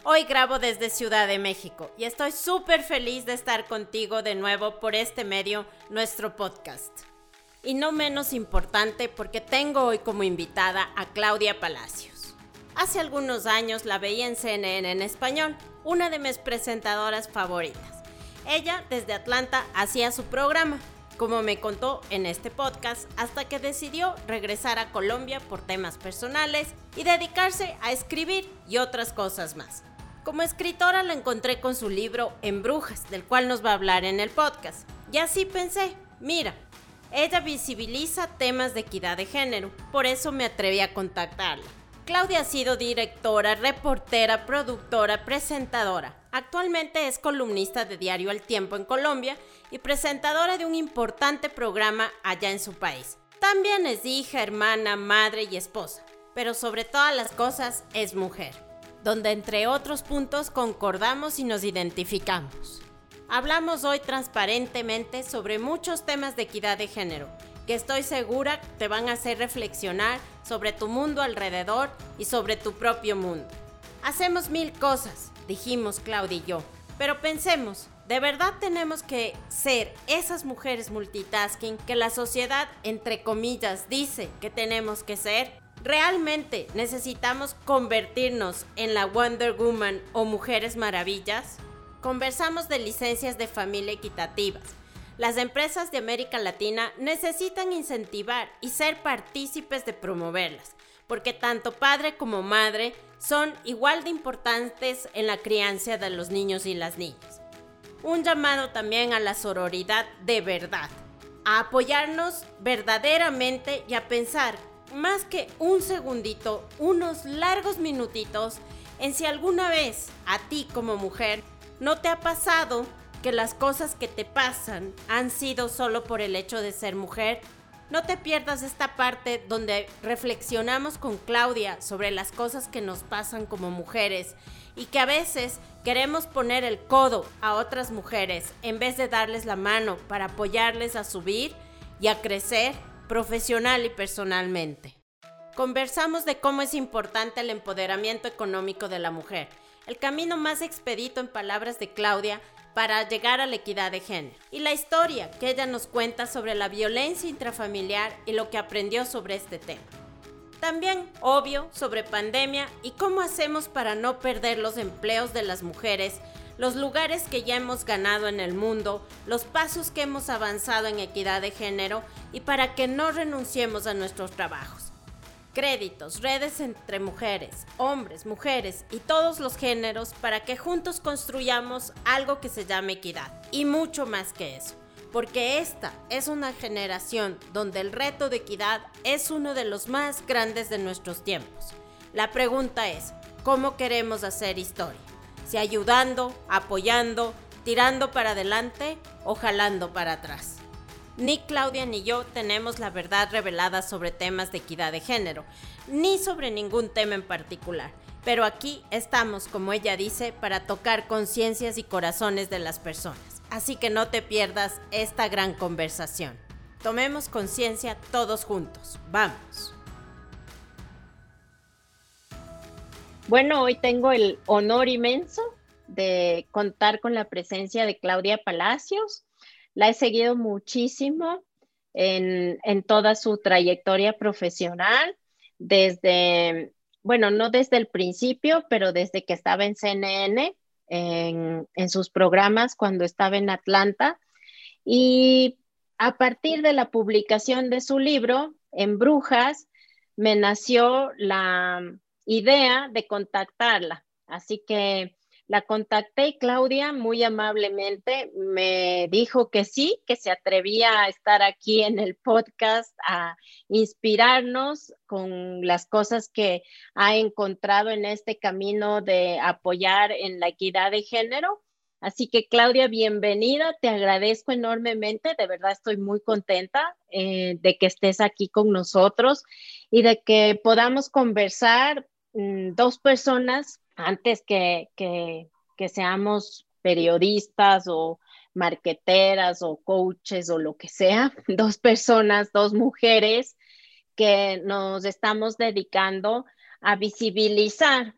Hoy grabo desde Ciudad de México y estoy súper feliz de estar contigo de nuevo por este medio, nuestro podcast. Y no menos importante porque tengo hoy como invitada a Claudia Palacios. Hace algunos años la veía en CNN en español, una de mis presentadoras favoritas. Ella desde Atlanta hacía su programa, como me contó en este podcast, hasta que decidió regresar a Colombia por temas personales y dedicarse a escribir y otras cosas más. Como escritora la encontré con su libro En Brujas, del cual nos va a hablar en el podcast. Y así pensé, mira, ella visibiliza temas de equidad de género, por eso me atreví a contactarla. Claudia ha sido directora, reportera, productora, presentadora. Actualmente es columnista de Diario El Tiempo en Colombia y presentadora de un importante programa allá en su país. También es hija, hermana, madre y esposa, pero sobre todas las cosas es mujer, donde entre otros puntos concordamos y nos identificamos. Hablamos hoy transparentemente sobre muchos temas de equidad de género, que estoy segura te van a hacer reflexionar sobre tu mundo alrededor y sobre tu propio mundo. Hacemos mil cosas, dijimos Claudia y yo, pero pensemos, ¿de verdad tenemos que ser esas mujeres multitasking que la sociedad, entre comillas, dice que tenemos que ser? ¿Realmente necesitamos convertirnos en la Wonder Woman o Mujeres Maravillas? Conversamos de licencias de familia equitativas. Las empresas de América Latina necesitan incentivar y ser partícipes de promoverlas, porque tanto padre como madre son igual de importantes en la crianza de los niños y las niñas. Un llamado también a la sororidad de verdad, a apoyarnos verdaderamente y a pensar más que un segundito, unos largos minutitos, en si alguna vez a ti como mujer no te ha pasado que las cosas que te pasan han sido solo por el hecho de ser mujer. No te pierdas esta parte donde reflexionamos con Claudia sobre las cosas que nos pasan como mujeres y que a veces queremos poner el codo a otras mujeres en vez de darles la mano para apoyarles a subir y a crecer profesional y personalmente. Conversamos de cómo es importante el empoderamiento económico de la mujer, el camino más expedito en palabras de Claudia para llegar a la equidad de género, y la historia que ella nos cuenta sobre la violencia intrafamiliar y lo que aprendió sobre este tema. También, obvio, sobre pandemia y cómo hacemos para no perder los empleos de las mujeres, los lugares que ya hemos ganado en el mundo, los pasos que hemos avanzado en equidad de género y para que no renunciemos a nuestros trabajos. Créditos, redes entre mujeres, hombres, mujeres y todos los géneros para que juntos construyamos algo que se llame equidad. Y mucho más que eso, porque esta es una generación donde el reto de equidad es uno de los más grandes de nuestros tiempos. La pregunta es, ¿cómo queremos hacer historia? Si ayudando, apoyando, tirando para adelante o jalando para atrás. Ni Claudia ni yo tenemos la verdad revelada sobre temas de equidad de género, ni sobre ningún tema en particular, pero aquí estamos, como ella dice, para tocar conciencias y corazones de las personas. Así que no te pierdas esta gran conversación. Tomemos conciencia todos juntos. ¡Vamos! Bueno, hoy tengo el honor inmenso de contar con la presencia de Claudia Palacios. La he seguido muchísimo en toda su trayectoria profesional, no desde el principio, pero desde que estaba en CNN, en sus programas cuando estaba en Atlanta. Y a partir de la publicación de su libro, En Brujas, me nació la idea de contactarla. Así que la contacté y Claudia muy amablemente me dijo que sí, que se atrevía a estar aquí en el podcast, a inspirarnos con las cosas que ha encontrado en este camino de apoyar en la equidad de género. Así que Claudia, bienvenida, te agradezco enormemente, de verdad estoy muy contenta de que estés aquí con nosotros y de que podamos conversar dos personas antes que seamos periodistas o marqueteras o coaches o lo que sea, dos personas, dos mujeres que nos estamos dedicando a visibilizar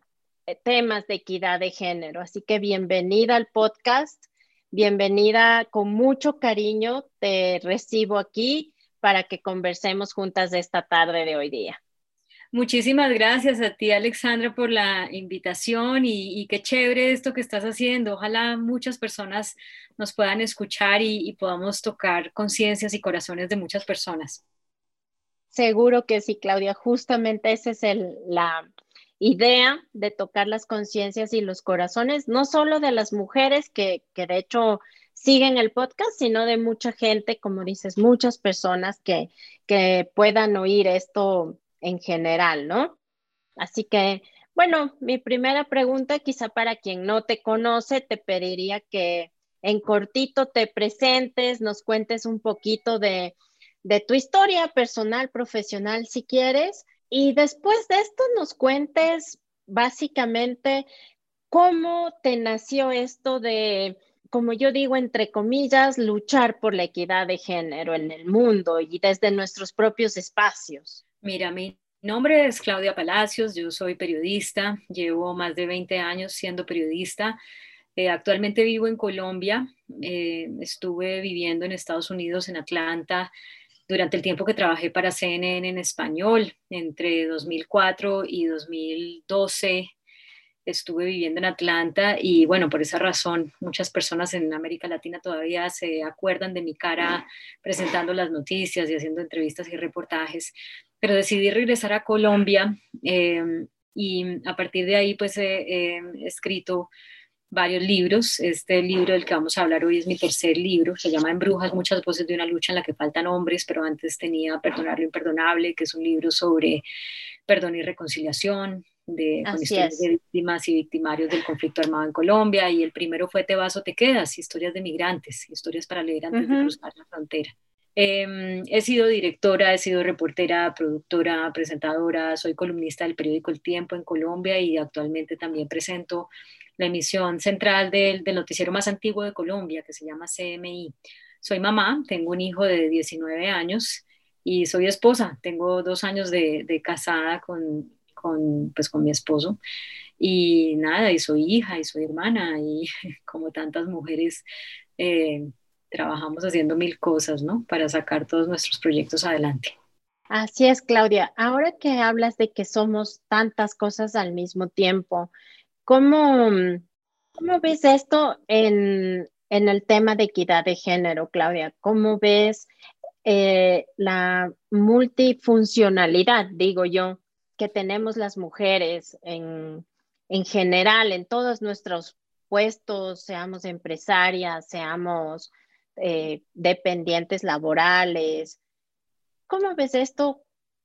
temas de equidad de género. Así que bienvenida al podcast, bienvenida con mucho cariño, te recibo aquí para que conversemos juntas de esta tarde de hoy día. Muchísimas gracias a ti, Alexandra, por la invitación y qué chévere esto que estás haciendo. Ojalá muchas personas nos puedan escuchar y podamos tocar conciencias y corazones de muchas personas. Seguro que sí, Claudia. Justamente esa es la idea de tocar las conciencias y los corazones, no solo de las mujeres que de hecho siguen el podcast, sino de mucha gente, como dices, muchas personas que puedan oír esto en general, ¿no? Así que, bueno, mi primera pregunta, quizá para quien no te conoce, te pediría que en cortito te presentes, nos cuentes un poquito de tu historia personal, profesional, si quieres, y después de esto nos cuentes básicamente cómo te nació esto de, como yo digo, entre comillas, luchar por la equidad de género en el mundo y desde nuestros propios espacios. Mira, mi nombre es Claudia Palacios, yo soy periodista, llevo más de 20 años siendo periodista. Actualmente vivo en Colombia, estuve viviendo en Estados Unidos, en Atlanta, durante el tiempo que trabajé para CNN en español, entre 2004 y 2012 estuve viviendo en Atlanta y bueno, por esa razón muchas personas en América Latina todavía se acuerdan de mi cara presentando las noticias y haciendo entrevistas y reportajes, pero decidí regresar a Colombia y a partir de ahí pues he escrito varios libros. Este libro del que vamos a hablar hoy es mi tercer libro, se llama En Brujas, muchas voces de una lucha en la que faltan hombres, pero antes tenía Perdonar lo imperdonable, que es un libro sobre perdón y reconciliación, con Así historias de es. víctimas y victimarios del conflicto armado en Colombia, y el primero fue Te vas o te quedas, historias de migrantes, historias para leer antes de cruzar la frontera. He sido directora, he sido reportera, productora, presentadora, soy columnista del periódico El Tiempo en Colombia y actualmente también presento la emisión central del noticiero más antiguo de Colombia, que se llama CMI. Soy mamá, tengo un hijo de 19 años y soy esposa. Tengo 2 años de casada pues, con mi esposo. Y nada, y soy hija y soy hermana y como tantas mujeres trabajamos haciendo mil cosas, ¿no? Para sacar todos nuestros proyectos adelante. Así es, Claudia. Ahora que hablas de que somos tantas cosas al mismo tiempo, ¿cómo, cómo ves esto en el tema de equidad de género, Claudia? ¿Cómo ves la multifuncionalidad, digo yo, que tenemos las mujeres en general, en todos nuestros puestos, seamos empresarias, seamos dependientes laborales? ¿Cómo ves esto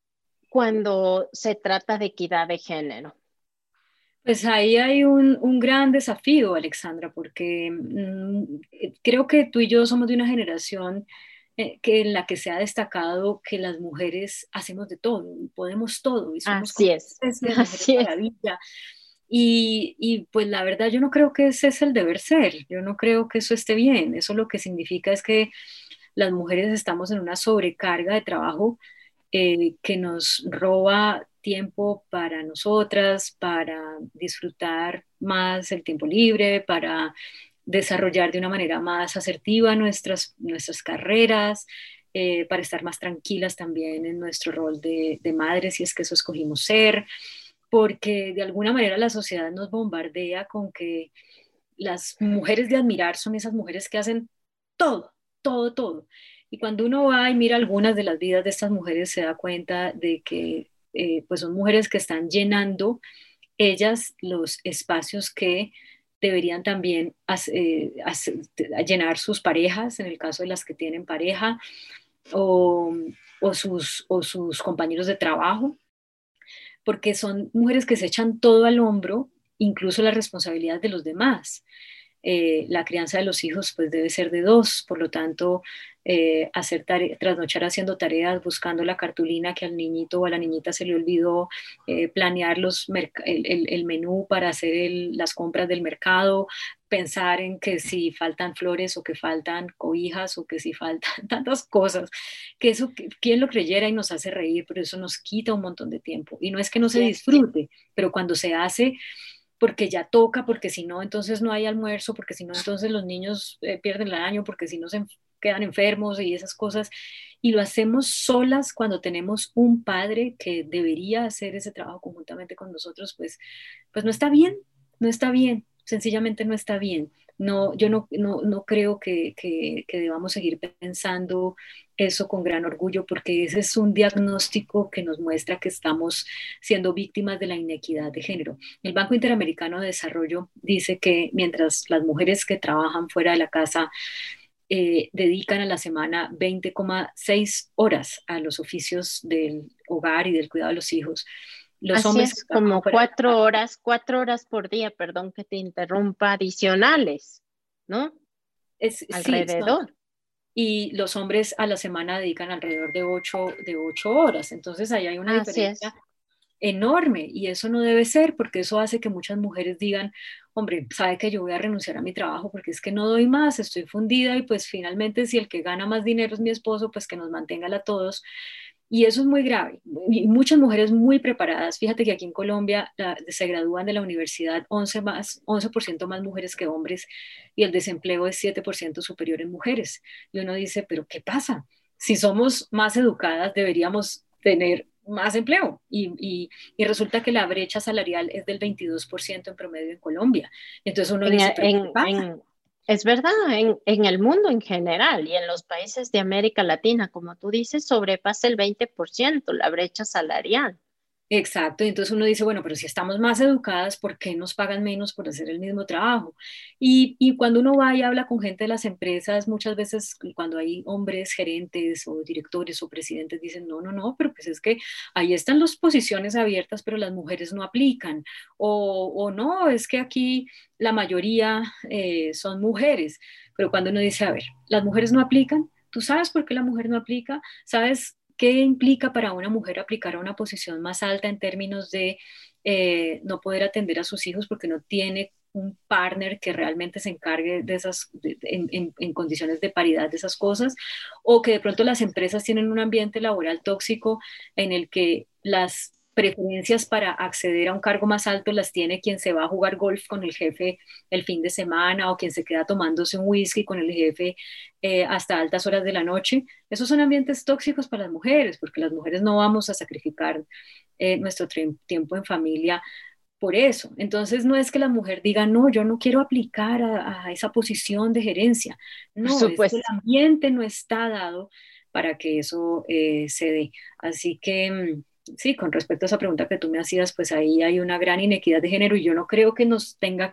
cuando se trata de equidad de género? Pues ahí hay un gran desafío, Alexandra, porque creo que tú y yo somos de una generación en la que se ha destacado que las mujeres hacemos de todo, y podemos todo, y somos Así como es, una especie de mujeres así es. maravilla. Y pues la verdad yo no creo que ese es el deber ser, yo no creo que eso esté bien, eso lo que significa es que las mujeres estamos en una sobrecarga de trabajo que nos roba tiempo para nosotras, para disfrutar más el tiempo libre, para desarrollar de una manera más asertiva nuestras carreras, para estar más tranquilas también en nuestro rol de madres, si es que eso escogimos ser, porque de alguna manera la sociedad nos bombardea con que las mujeres de admirar son esas mujeres que hacen todo, todo, todo. Y cuando uno va y mira algunas de las vidas de estas mujeres, se da cuenta de que pues son mujeres que están llenando ellas los espacios que deberían también llenar sus parejas, en el caso de las que tienen pareja, o, o sus compañeros de trabajo, porque son mujeres que se echan todo al hombro, incluso las responsabilidades de los demás. La crianza de los hijos pues debe ser de dos, por lo tanto trasnochar haciendo tareas, buscando la cartulina que al niñito o a la niñita se le olvidó, planear el menú para hacer las compras del mercado, pensar en que si faltan flores o que faltan cobijas o que si faltan tantas cosas, que eso, quién lo creyera y nos hace reír, pero eso nos quita un montón de tiempo. Y no es que no se Así es. disfrute, pero cuando se hace porque ya toca, porque si no, entonces no hay almuerzo, porque si no, entonces los niños pierden el año, porque si no se quedan enfermos y esas cosas. Y lo hacemos solas cuando tenemos un padre que debería hacer ese trabajo conjuntamente con nosotros, pues no está bien, no está bien, sencillamente no está bien. No, yo no creo que debamos seguir pensando eso con gran orgullo, porque ese es un diagnóstico que nos muestra que estamos siendo víctimas de la inequidad de género. El Banco Interamericano de Desarrollo dice que mientras las mujeres que trabajan fuera de la casa dedican a la semana 20,6 horas a los oficios del hogar y del cuidado de los hijos, los Así hombres que es, trabajan como fuera de la casa, 4 horas por día, perdón que te interrumpa, adicionales, ¿no? sí, Alrededor. y los hombres a la semana dedican alrededor de 8 horas. Entonces ahí hay una Así diferencia es. enorme y eso no debe ser porque eso hace que muchas mujeres digan, hombre, sabe que yo voy a renunciar a mi trabajo porque es que no doy más, estoy fundida y pues finalmente si el que gana más dinero es mi esposo, pues que nos mantenga a todos. Y eso es muy grave. Y muchas mujeres muy preparadas, fíjate que aquí en Colombia se gradúan de la universidad 11% más mujeres que hombres y el desempleo es 7% superior en mujeres. Y uno dice, pero ¿qué pasa? Si somos más educadas, deberíamos tener más empleo. Y resulta que la brecha salarial es del 22% en promedio en Colombia. Entonces uno En, dice, e- pero ¿qué pasa? es verdad, en el mundo en general y en los países de América Latina, como tú dices, sobrepasa el 20% la brecha salarial. Exacto, y entonces uno dice, bueno, pero si estamos más educadas, ¿por qué nos pagan menos por hacer el mismo trabajo? Y cuando uno va y habla con gente de las empresas, muchas veces cuando hay hombres gerentes o directores o presidentes, dicen, no, no, no, pero pues es que ahí están las posiciones abiertas, pero las mujeres no aplican. O no, es que aquí la mayoría son mujeres, pero cuando uno dice, a ver, las mujeres no aplican, ¿tú sabes por qué la mujer no aplica? ¿Sabes qué implica para una mujer aplicar a una posición más alta en términos de no poder atender a sus hijos porque no tiene un partner que realmente se encargue de esas, en condiciones de paridad de esas cosas, o que de pronto las empresas tienen un ambiente laboral tóxico en el que las preferencias para acceder a un cargo más alto las tiene quien se va a jugar golf con el jefe el fin de semana o quien se queda tomándose un whisky con el jefe hasta altas horas de la noche. Esos son ambientes tóxicos para las mujeres, porque las mujeres no vamos a sacrificar nuestro tiempo en familia por eso. Entonces no es que la mujer diga, no, yo no quiero aplicar a esa posición de gerencia. Por No, es que el supuesto. ambiente no está dado para que eso se dé. Así que sí, con respecto a esa pregunta que tú me hacías, pues ahí hay una gran inequidad de género y yo no creo que nos tenga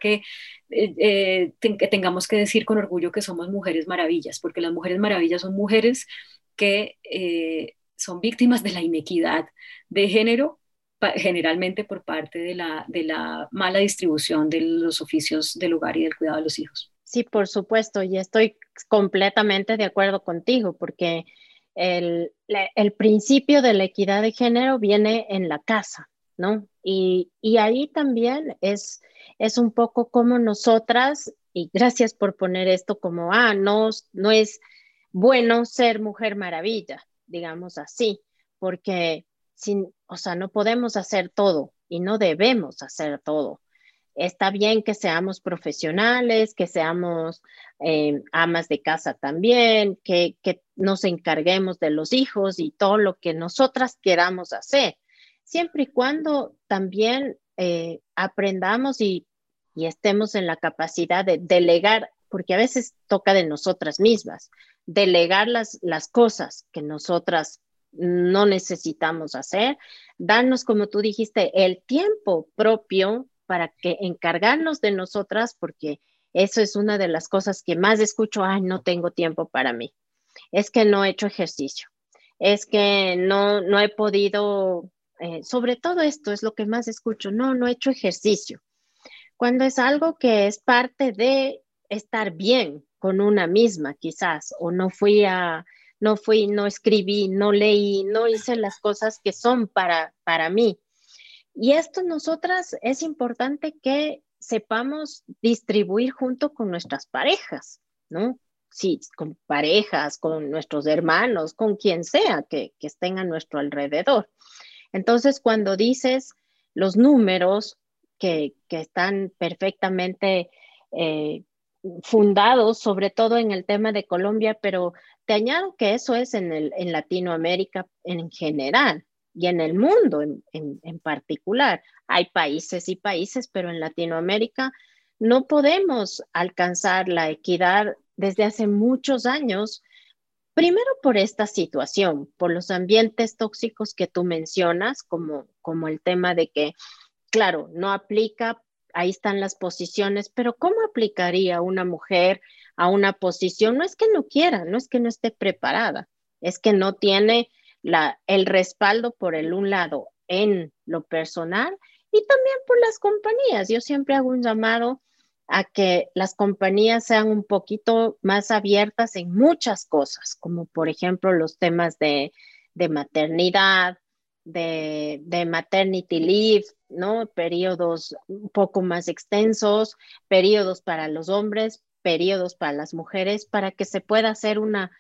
que tengamos que decir con orgullo que somos mujeres maravillas, porque las mujeres maravillas son mujeres que son víctimas de la inequidad de género generalmente por parte de la mala distribución de los oficios del hogar y del cuidado de los hijos. Sí, por supuesto, y estoy completamente de acuerdo contigo, porque el principio de la equidad de género viene en la casa, ¿no? Y ahí también es un poco como nosotras, y gracias por poner esto como, no es bueno ser mujer maravilla, digamos así, porque o sea, no podemos hacer todo y no debemos hacer todo. Está bien que seamos profesionales, que seamos amas de casa también, que nos encarguemos de los hijos y todo lo que nosotras queramos hacer, siempre y cuando también aprendamos y estemos en la capacidad de delegar, porque a veces toca de nosotras mismas, delegar las cosas que nosotras no necesitamos hacer, darnos, como tú dijiste, el tiempo propio para que encargarnos de nosotras, porque eso es una de las cosas que más escucho, no tengo tiempo para mí, es que no he hecho ejercicio, es que no he podido, sobre todo esto es lo que más escucho, no he hecho ejercicio, cuando es algo que es parte de estar bien con una misma, quizás, o no escribí, no leí, no hice las cosas que son para mí. Y esto nosotras es importante que sepamos distribuir junto con nuestras parejas, ¿no? Sí, con parejas, con nuestros hermanos, con quien sea que estén a nuestro alrededor. Entonces, cuando dices los números, que están perfectamente fundados, sobre todo en el tema de Colombia, pero te añado que eso es en Latinoamérica en general y en el mundo en particular. Hay países y países, pero en Latinoamérica no podemos alcanzar la equidad desde hace muchos años. Primero por esta situación, por los ambientes tóxicos que tú mencionas, como el tema de que, claro, no aplica, ahí están las posiciones, pero ¿cómo aplicaría una mujer a una posición? No es que no quiera, no es que no esté preparada, es que no tiene el respaldo por el un lado en lo personal y también por las compañías. Yo siempre hago un llamado a que las compañías sean un poquito más abiertas en muchas cosas, como por ejemplo los temas de maternidad, de maternity leave, ¿no? Periodos un poco más extensos, periodos para los hombres, periodos para las mujeres, para que se pueda hacer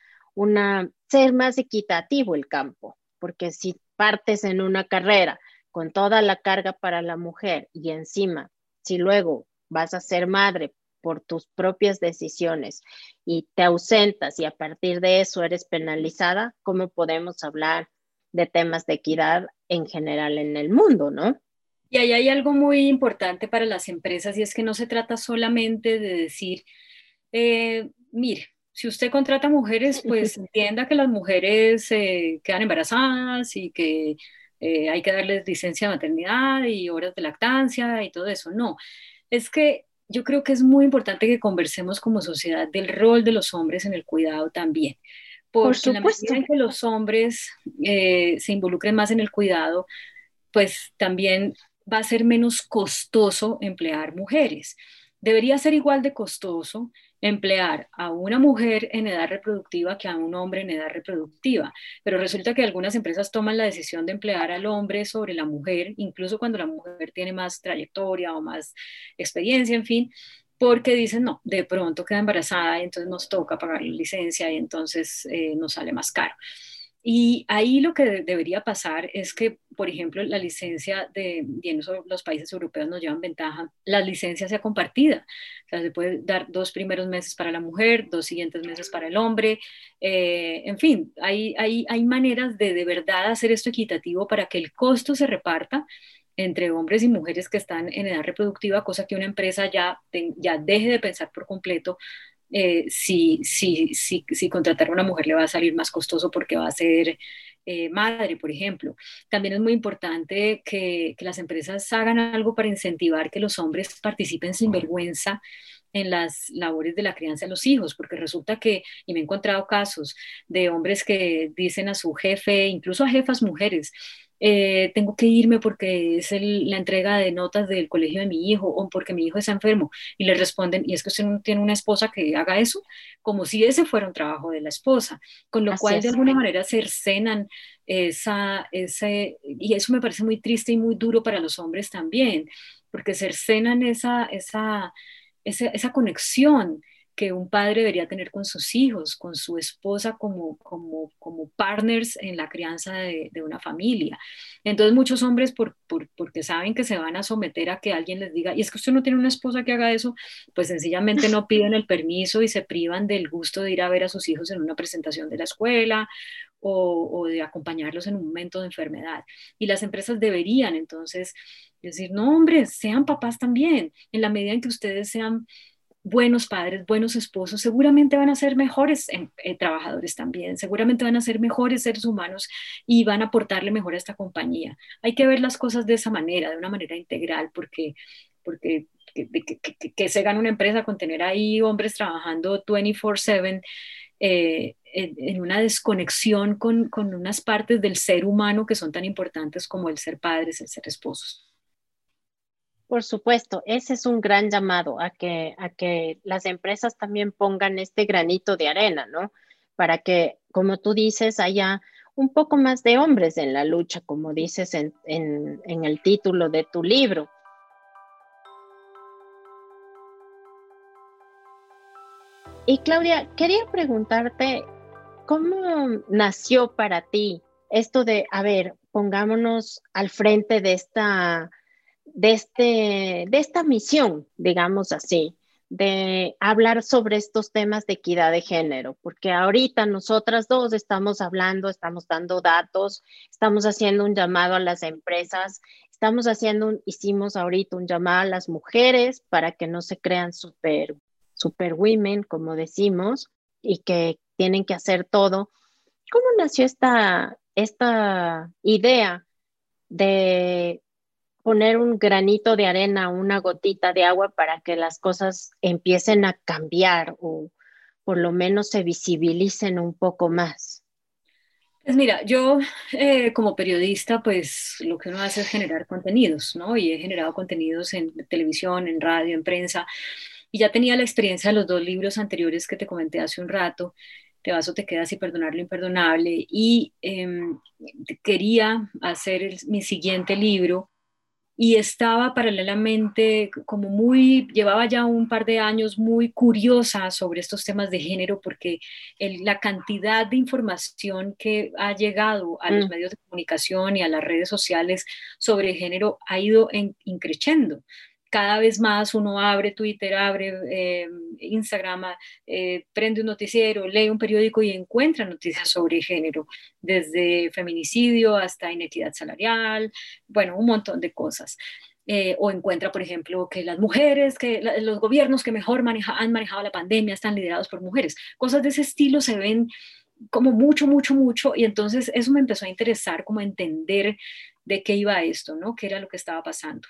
ser más equitativo el campo, porque si partes en una carrera con toda la carga para la mujer y encima, si luego vas a ser madre por tus propias decisiones y te ausentas y a partir de eso eres penalizada, ¿cómo podemos hablar de temas de equidad en general en el mundo, ¿no? Y ahí hay algo muy importante para las empresas y es que no se trata solamente de decir, mire, si usted contrata mujeres, pues entienda que las mujeres quedan embarazadas y que hay que darles licencia de maternidad y horas de lactancia y todo eso. No, es que yo creo que es muy importante que conversemos como sociedad del rol de los hombres en el cuidado también, Por porque en la medida supuesto. en que los hombres se involucren más en el cuidado, pues también va a ser menos costoso emplear mujeres. Debería ser igual de costoso emplear a una mujer en edad reproductiva que a un hombre en edad reproductiva, pero resulta que algunas empresas toman la decisión de emplear al hombre sobre la mujer, incluso cuando la mujer tiene más trayectoria o más experiencia, en fin, porque dicen, no, de pronto queda embarazada y entonces nos toca pagar la licencia y entonces nos sale más caro. Y ahí lo que debería pasar es que, por ejemplo, la licencia y en eso los países europeos nos llevan ventaja, la licencia sea compartida. O sea, se puede dar 2 primeros meses para la mujer, 2 siguientes meses para el hombre. En fin, hay maneras de verdad hacer esto equitativo para que el costo se reparta entre hombres y mujeres que están en edad reproductiva, cosa que una empresa ya deje de pensar por completo si contratar a una mujer le va a salir más costoso porque va a ser madre, por ejemplo. También es muy importante que las empresas hagan algo para incentivar que los hombres participen sin vergüenza en las labores de la crianza de los hijos, porque resulta que, y me he encontrado casos de hombres que dicen a su jefe, incluso a jefas mujeres, tengo que irme porque es la entrega de notas del colegio de mi hijo o porque mi hijo está enfermo. Y le responden, y es que usted no tiene una esposa que haga eso, como si ese fuera un trabajo de la esposa, con lo Así cual de es. alguna manera cercenan y eso me parece muy triste y muy duro para los hombres también, porque cercenan esa conexión que un padre debería tener con sus hijos, con su esposa como partners en la crianza de una familia. Entonces muchos hombres, porque saben que se van a someter a que alguien les diga, y es que usted no tiene una esposa que haga eso, pues sencillamente no piden el permiso y se privan del gusto de ir a ver a sus hijos en una presentación de la escuela o de acompañarlos en un momento de enfermedad. Y las empresas deberían entonces decir, no, hombre, sean papás también, en la medida en que ustedes sean buenos padres, buenos esposos, seguramente van a ser mejores trabajadores también, seguramente van a ser mejores seres humanos y van a aportarle mejor a esta compañía. Hay que ver las cosas de esa manera, de una manera integral, porque que se gana una empresa con tener ahí hombres trabajando 24/7 en una desconexión con unas partes del ser humano que son tan importantes como el ser padres, el ser esposos. Por supuesto, ese es un gran llamado a que las empresas también pongan este granito de arena, ¿no? Para que, como tú dices, haya un poco más de hombres en la lucha, como dices en el título de tu libro. Y Claudia, quería preguntarte, ¿cómo nació para ti esto de, a ver, pongámonos al frente de esta misión, digamos así, de hablar sobre estos temas de equidad de género, porque ahorita nosotras dos estamos hablando, estamos dando datos, estamos haciendo un llamado a las empresas, hicimos ahorita un llamado a las mujeres para que no se crean super women, como decimos, y que tienen que hacer todo. ¿Cómo nació esta idea de poner un granito de arena, una gotita de agua para que las cosas empiecen a cambiar o por lo menos se visibilicen un poco más? Pues mira, yo como periodista, pues lo que uno hace es generar contenidos, ¿no? Y he generado contenidos en televisión, en radio, en prensa, y ya tenía la experiencia de los dos libros anteriores que te comenté hace un rato, Te vas o te quedas y perdonar lo imperdonable, y quería hacer mi siguiente libro y estaba paralelamente como llevaba ya un par de años muy curiosa sobre estos temas de género porque la cantidad de información que ha llegado a los Mm, medios de comunicación y a las redes sociales sobre género ha ido increciendo. Cada vez más uno abre Twitter, abre Instagram, prende un noticiero, lee un periódico y encuentra noticias sobre género, desde feminicidio hasta inequidad salarial, bueno, un montón de cosas. O encuentra, por ejemplo, que las mujeres, los gobiernos que mejor han manejado la pandemia están liderados por mujeres. Cosas de ese estilo se ven como mucho, mucho, mucho, y entonces eso me empezó a interesar, como a entender de qué iba esto, ¿no? ¿Qué era lo que estaba pasando?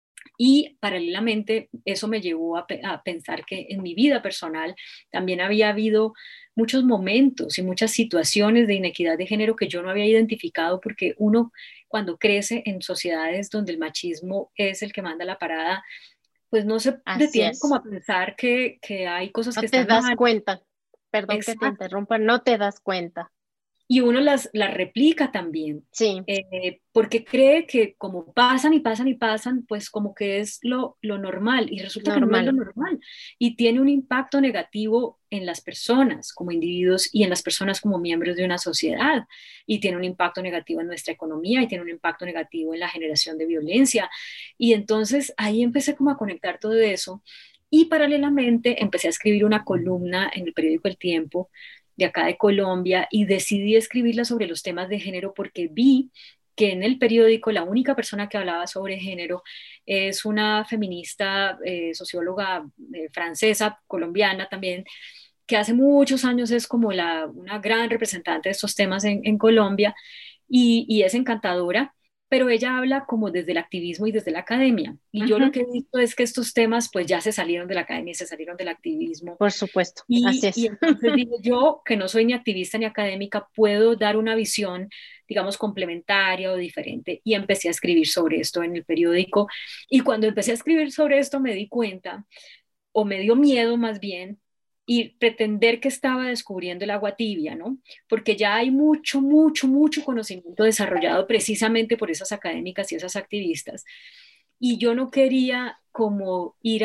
Y paralelamente eso me llevó a pensar que en mi vida personal también había habido muchos momentos y muchas situaciones de inequidad de género que yo no había identificado porque uno cuando crece en sociedades donde el machismo es el que manda la parada, pues no se así detiene como es. a pensar que hay cosas No que te están das mal. cuenta. Perdón que te Exacto. interrumpa, no te das cuenta. Y uno las replica también, Sí, porque cree que como pasan y pasan y pasan, pues como que es lo normal, y resulta que no es lo normal. normal, y tiene un impacto negativo en las personas como individuos y en las personas como miembros de una sociedad, y tiene un impacto negativo en nuestra economía, y tiene un impacto negativo en la generación de violencia. Y entonces ahí empecé como a conectar todo eso, y paralelamente empecé a escribir una columna en el periódico El Tiempo de acá de Colombia, y decidí escribirla sobre los temas de género porque vi que en el periódico la única persona que hablaba sobre género es una feminista, socióloga francesa, colombiana también, que hace muchos años es como una gran representante de estos temas en Colombia, y es encantadora, pero ella habla como desde el activismo y desde la academia. Y yo lo Ujú, que he visto es que estos temas pues ya se salieron de la academia y se salieron del activismo, por supuesto, así y es. entonces dije yo, que no soy ni activista ni académica, puedo dar una visión, digamos, complementaria o diferente. Y empecé a escribir sobre esto en el periódico. Y cuando empecé a escribir sobre esto me di cuenta, o me dio miedo más bien, y pretender que estaba descubriendo el agua tibia, ¿no? Porque ya hay mucho, mucho, mucho conocimiento desarrollado precisamente por esas académicas y esas activistas, y yo no quería como ir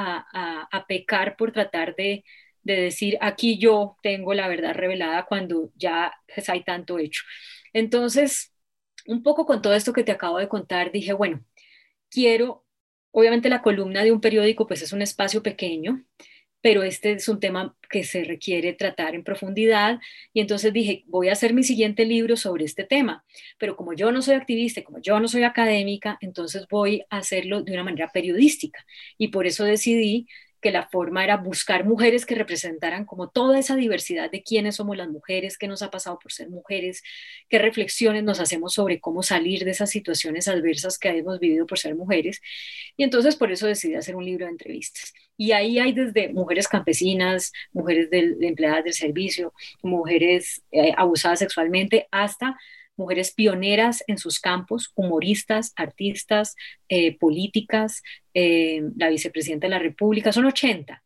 a pecar por tratar de decir aquí yo tengo la verdad revelada cuando ya pues, hay tanto hecho. Entonces, un poco con todo esto que te acabo de contar, dije, bueno, quiero, obviamente la columna de un periódico pues es un espacio pequeño, pero este es un tema que se requiere tratar en profundidad, y entonces dije, voy a hacer mi siguiente libro sobre este tema, pero como yo no soy activista, como yo no soy académica, entonces voy a hacerlo de una manera periodística, y por eso decidí que la forma era buscar mujeres que representaran como toda esa diversidad de quiénes somos las mujeres, qué nos ha pasado por ser mujeres, qué reflexiones nos hacemos sobre cómo salir de esas situaciones adversas que hemos vivido por ser mujeres, y entonces por eso decidí hacer un libro de entrevistas. Y ahí hay desde mujeres campesinas, mujeres de empleadas del servicio, mujeres abusadas sexualmente, hasta mujeres pioneras en sus campos, humoristas, artistas, políticas, la vicepresidenta de la República, son 80,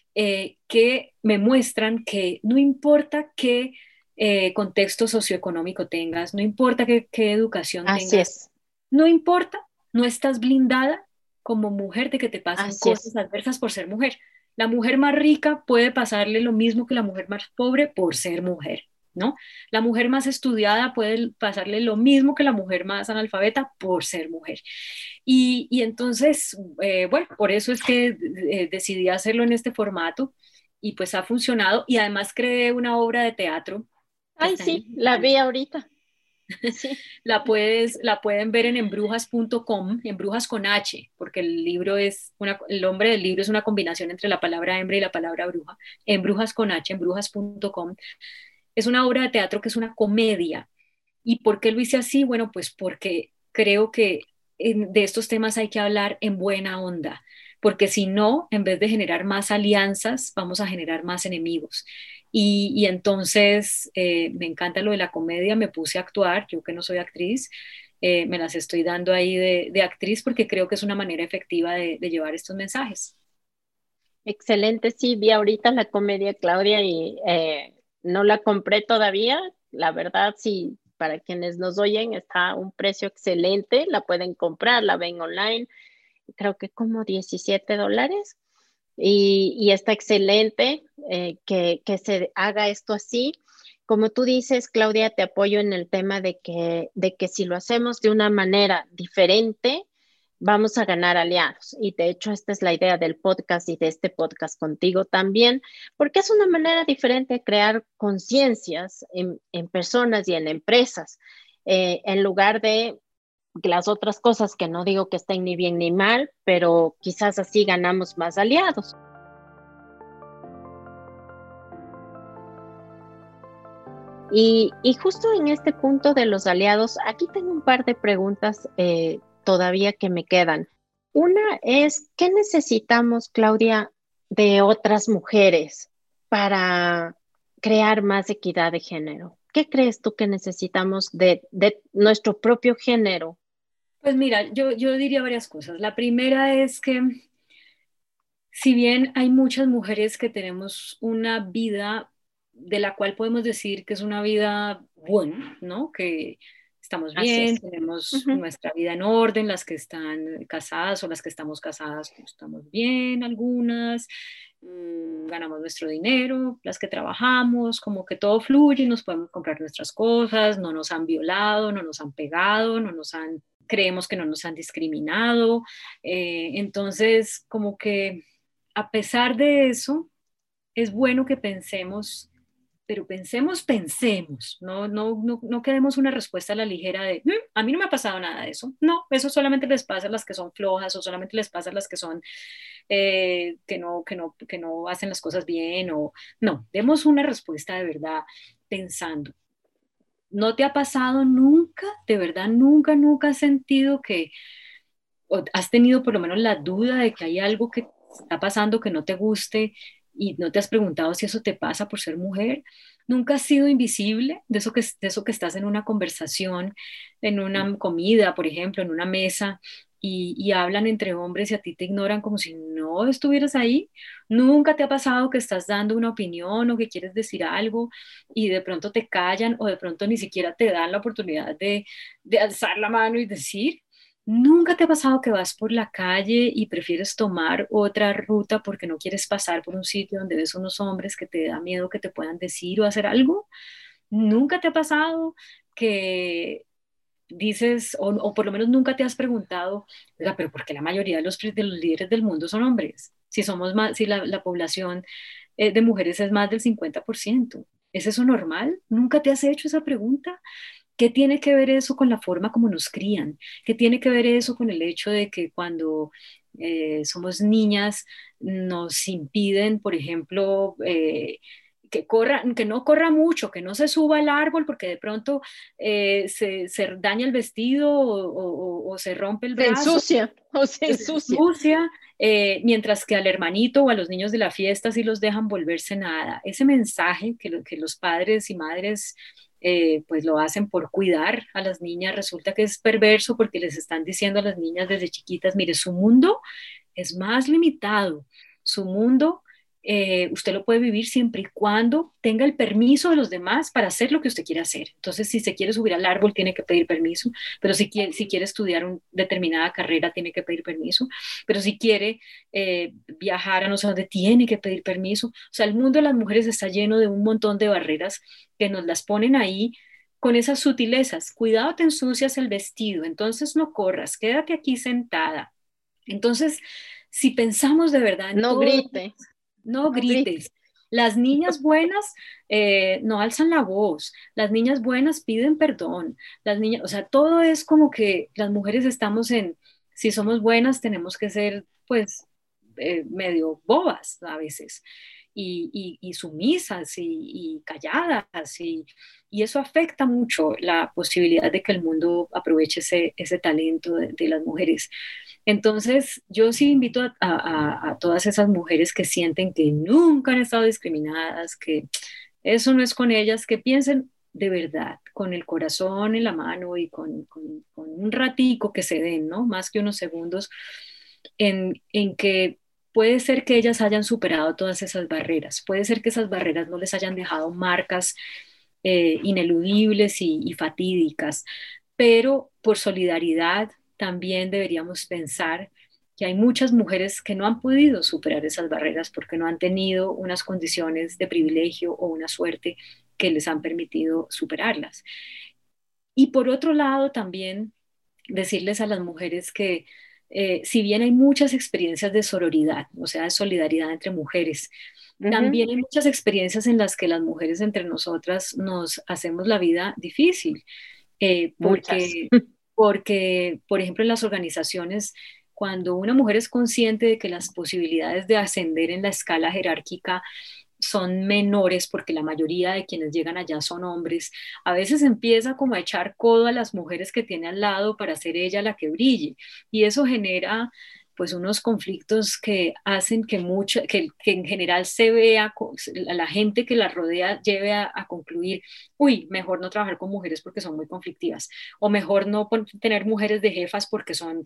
que me muestran que no importa qué contexto socioeconómico tengas, no importa qué educación Así tengas, es, no importa, no estás blindada como mujer de que te pasen así cosas es. adversas por ser mujer. La mujer más rica puede pasarle lo mismo que la mujer más pobre por ser mujer. ¿no? La mujer más estudiada puede pasarle lo mismo que la mujer más analfabeta por ser mujer. Y entonces, bueno, por eso es que decidí hacerlo en este formato y pues ha funcionado y además creé una obra de teatro que Ay, está en sí, la digital. vi ahorita. Sí, La pueden ver en embrujas.com, embrujas con H, porque el nombre del libro es una combinación entre la palabra hembra y la palabra bruja. Embrujas con H, embrujas.com. Es una obra de teatro que es una comedia. ¿Y por qué lo hice así? Bueno, pues porque creo que de estos temas hay que hablar en buena onda, porque si no, en vez de generar más alianzas, vamos a generar más enemigos. Y entonces me encanta lo de la comedia, me puse a actuar, yo que no soy actriz, me las estoy dando ahí de actriz porque creo que es una manera efectiva de llevar estos mensajes. excelente. Sí, vi ahorita la comedia, Claudia, y no la compré todavía. La verdad, sí, para quienes nos oyen, está a un precio excelente. La pueden comprar, la ven online. Creo que como $17. Y está excelente que se haga esto así. Como tú dices, Claudia, te apoyo en el tema de que si lo hacemos de una manera diferente, vamos a ganar aliados. Y de hecho, esta es la idea del podcast y de este podcast contigo también, porque es una manera diferente de crear conciencias en personas y en empresas, en lugar de las otras cosas que no digo que estén ni bien ni mal, pero quizás así ganamos más aliados. Y justo en este punto de los aliados, aquí tengo un par de preguntas todavía que me quedan. Una es, ¿qué necesitamos, Claudia, de otras mujeres para crear más equidad de género? ¿Qué crees tú que necesitamos de nuestro propio género? Pues mira, yo diría varias cosas. La primera es que si bien hay muchas mujeres que tenemos una vida de la cual podemos decir que es una vida buena, ¿no? Que estamos Así bien, es. tenemos Ujú. nuestra vida en orden, las que están casadas o las que estamos casadas, pues, estamos bien, algunas, ganamos nuestro dinero, las que trabajamos, como que todo fluye, nos podemos comprar nuestras cosas, no nos han violado, no nos han pegado, creemos que no nos han discriminado, entonces como que a pesar de eso, es bueno que pensemos, pero pensemos, no quedemos una respuesta a la ligera de, a mí no me ha pasado nada de eso. No, eso solamente les pasa a las que son flojas o solamente les pasa a las que son, que no hacen las cosas bien o no, demos una respuesta de verdad pensando. ¿No te ha pasado nunca, de verdad, nunca has sentido que, o has tenido por lo menos la duda de que hay algo que está pasando que no te guste y no te has preguntado si eso te pasa por ser mujer? ¿Nunca has sido invisible de eso que estás en una conversación, en una comida, por ejemplo, en una mesa y hablan entre hombres y a ti te ignoran como si no estuvieras ahí? ¿Nunca te ha pasado que estás dando una opinión o que quieres decir algo y de pronto te callan o de pronto ni siquiera te dan la oportunidad de alzar la mano y decir? ¿Nunca te ha pasado que vas por la calle y prefieres tomar otra ruta porque no quieres pasar por un sitio donde ves unos hombres que te da miedo que te puedan decir o hacer algo? ¿Nunca te ha pasado que dices, o por lo menos nunca te has preguntado, "Oiga, pero por qué la mayoría de los líderes del mundo son hombres? Si somos más, si la población de mujeres es más del 50%. ¿Es eso normal? ¿Nunca te has hecho esa pregunta? ¿Qué tiene que ver eso con la forma como nos crían? ¿Qué tiene que ver eso con el hecho de que cuando somos niñas nos impiden, por ejemplo, que no corra mucho, que no se suba al árbol porque de pronto se daña el vestido o se rompe el Se brazo, ensucia o se se ensucia. ensucia, mientras que al hermanito o a los niños de la fiesta sí los dejan volverse nada? Ese mensaje que los padres y madres pues lo hacen por cuidar a las niñas, resulta que es perverso porque les están diciendo a las niñas desde chiquitas, mire, su mundo es más limitado, su mundo usted lo puede vivir siempre y cuando tenga el permiso de los demás para hacer lo que usted quiere hacer. Entonces, si se quiere subir al árbol, tiene que pedir permiso, pero si quiere estudiar una determinada carrera, tiene que pedir permiso, pero si quiere viajar a no sé dónde, tiene que pedir permiso. O sea, el mundo de las mujeres está lleno de un montón de barreras que nos las ponen ahí con esas sutilezas. Cuidado, te ensucias el vestido, entonces no corras, quédate aquí sentada. Entonces, si pensamos de verdad en No todo, grite, no no grite. grites. Las niñas buenas no alzan la voz, las niñas buenas piden perdón, las niñas, o sea, todo es como que las mujeres estamos si somos buenas tenemos que ser pues medio bobas a veces y sumisas y calladas y eso afecta mucho la posibilidad de que el mundo aproveche ese talento de las mujeres. Entonces, yo sí invito a todas esas mujeres que sienten que nunca han estado discriminadas, que eso no es con ellas, que piensen de verdad, con el corazón en la mano y con un ratico que se den, ¿no? Más que unos segundos, en que puede ser que ellas hayan superado todas esas barreras, puede ser que esas barreras no les hayan dejado marcas ineludibles y fatídicas, pero por solidaridad también deberíamos pensar que hay muchas mujeres que no han podido superar esas barreras porque no han tenido unas condiciones de privilegio o una suerte que les han permitido superarlas. Y por otro lado, también decirles a las mujeres que si bien hay muchas experiencias de sororidad, o sea, de solidaridad entre mujeres, Ujú. también hay muchas experiencias en las que las mujeres entre nosotras nos hacemos la vida difícil, Muchas. porque, por ejemplo, en las organizaciones, cuando una mujer es consciente de que las posibilidades de ascender en la escala jerárquica son menores porque la mayoría de quienes llegan allá son hombres, a veces empieza como a echar codo a las mujeres que tiene al lado para ser ella la que brille y eso genera pues unos conflictos que hacen que en general se vea, la gente que la rodea lleve a concluir, uy, mejor no trabajar con mujeres porque son muy conflictivas, o mejor no tener mujeres de jefas porque son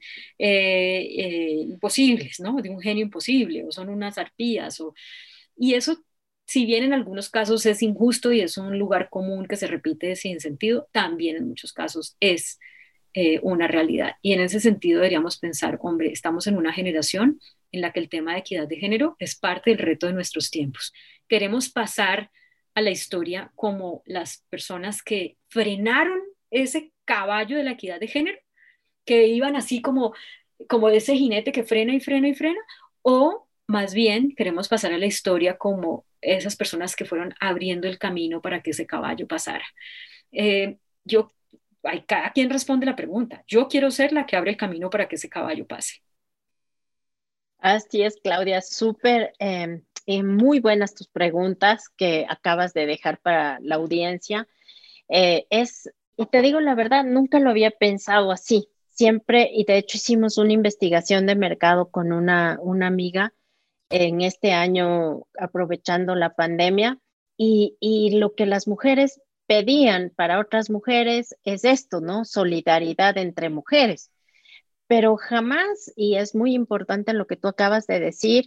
imposibles, ¿no? De un genio imposible, o son unas arpías, y eso, si bien en algunos casos es injusto y es un lugar común que se repite sin sentido, también en muchos casos es una realidad. Y en ese sentido deberíamos pensar, hombre, estamos en una generación en la que el tema de equidad de género es parte del reto de nuestros tiempos. Queremos pasar a la historia como las personas que frenaron ese caballo de la equidad de género, que iban así como ese jinete que frena y frena y frena, o más bien queremos pasar a la historia como esas personas que fueron abriendo el camino para que ese caballo pasara. Yo, cada quien responde la pregunta. Yo quiero ser la que abre el camino para que ese caballo pase. Así es, Claudia, súper muy buenas tus preguntas que acabas de dejar para la audiencia. Y te digo la verdad, nunca lo había pensado así. Siempre, y de hecho hicimos una investigación de mercado con una amiga en este año aprovechando la pandemia y lo que las mujeres pedían para otras mujeres es esto, ¿no? Solidaridad entre mujeres. Pero jamás, y es muy importante lo que tú acabas de decir,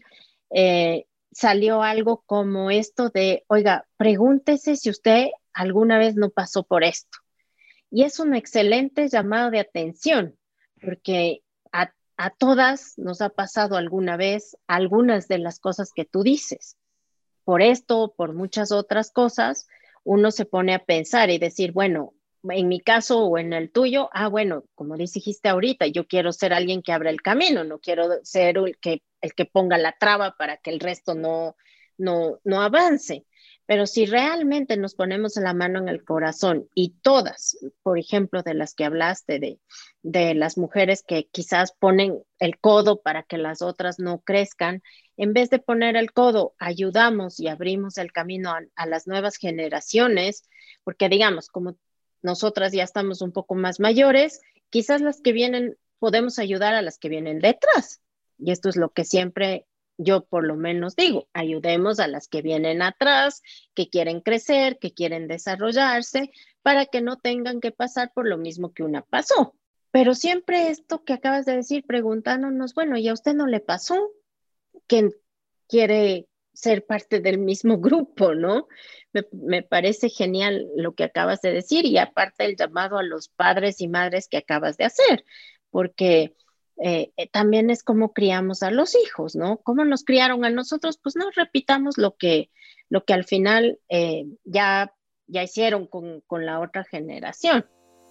salió algo como esto de, oiga, pregúntese si usted alguna vez no pasó por esto. Y es un excelente llamado de atención, porque a todas nos ha pasado alguna vez algunas de las cosas que tú dices. Por esto, por muchas otras cosas, uno se pone a pensar y decir, bueno, en mi caso o en el tuyo, bueno, como dijiste ahorita, yo quiero ser alguien que abra el camino, no quiero ser el que ponga la traba para que el resto no avance. Pero si realmente nos ponemos la mano en el corazón y todas, por ejemplo, de las que hablaste, de las mujeres que quizás ponen el codo para que las otras no crezcan, en vez de poner el codo, ayudamos y abrimos el camino a las nuevas generaciones, porque digamos, como nosotras ya estamos un poco más mayores, quizás las que vienen, podemos ayudar a las que vienen detrás. Y esto es lo que siempre yo por lo menos digo, ayudemos a las que vienen atrás, que quieren crecer, que quieren desarrollarse, para que no tengan que pasar por lo mismo que una pasó. Pero siempre esto que acabas de decir, preguntándonos, bueno, ¿y a usted no le pasó? Que quiere ser parte del mismo grupo, ¿no? Me parece genial lo que acabas de decir y aparte el llamado a los padres y madres que acabas de hacer, porque también es como criamos a los hijos, ¿no? ¿Cómo nos criaron a nosotros? Pues no repitamos lo que al final ya hicieron con la otra generación.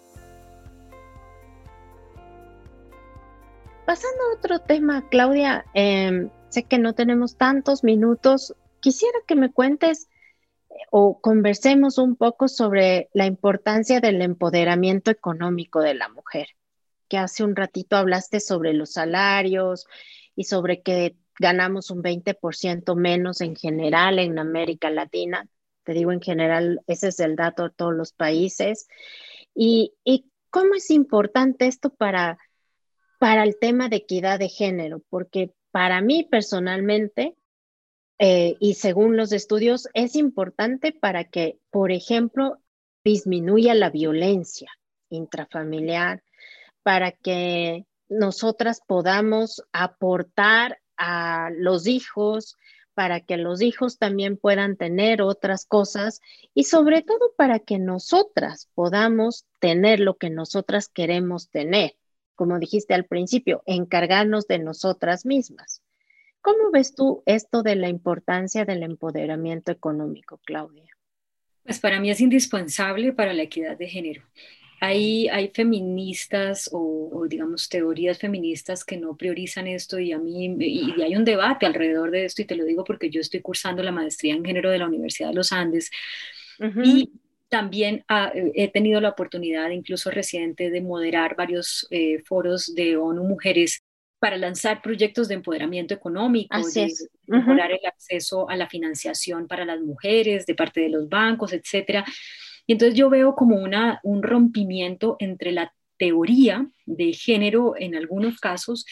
Pasando a otro tema, Claudia, sé que no tenemos tantos minutos. Quisiera que me cuentes o conversemos un poco sobre la importancia del empoderamiento económico de la mujer, que hace un ratito hablaste sobre los salarios y sobre que ganamos un 20% menos en general en América Latina. Te digo en general, ese es el dato de todos los países. ¿Y cómo es importante esto para el tema de equidad de género? Porque para mí personalmente, y según los estudios, es importante para que, por ejemplo, disminuya la violencia intrafamiliar, para que nosotras podamos aportar a los hijos, para que los hijos también puedan tener otras cosas y sobre todo para que nosotras podamos tener lo que nosotras queremos tener. Como dijiste al principio, encargarnos de nosotras mismas. ¿Cómo ves tú esto de la importancia del empoderamiento económico, Claudia? Pues para mí es indispensable para la equidad de género. Hay feministas o, digamos teorías feministas que no priorizan esto y hay un debate alrededor de esto y te lo digo porque yo estoy cursando la maestría en género de la Universidad de los Andes y también he tenido la oportunidad incluso reciente de moderar varios foros de ONU Mujeres para lanzar proyectos de empoderamiento económico, Así de es. mejorar el acceso a la financiación para las mujeres de parte de los bancos, etcétera. Y entonces yo veo como un rompimiento entre la teoría de género en algunos casos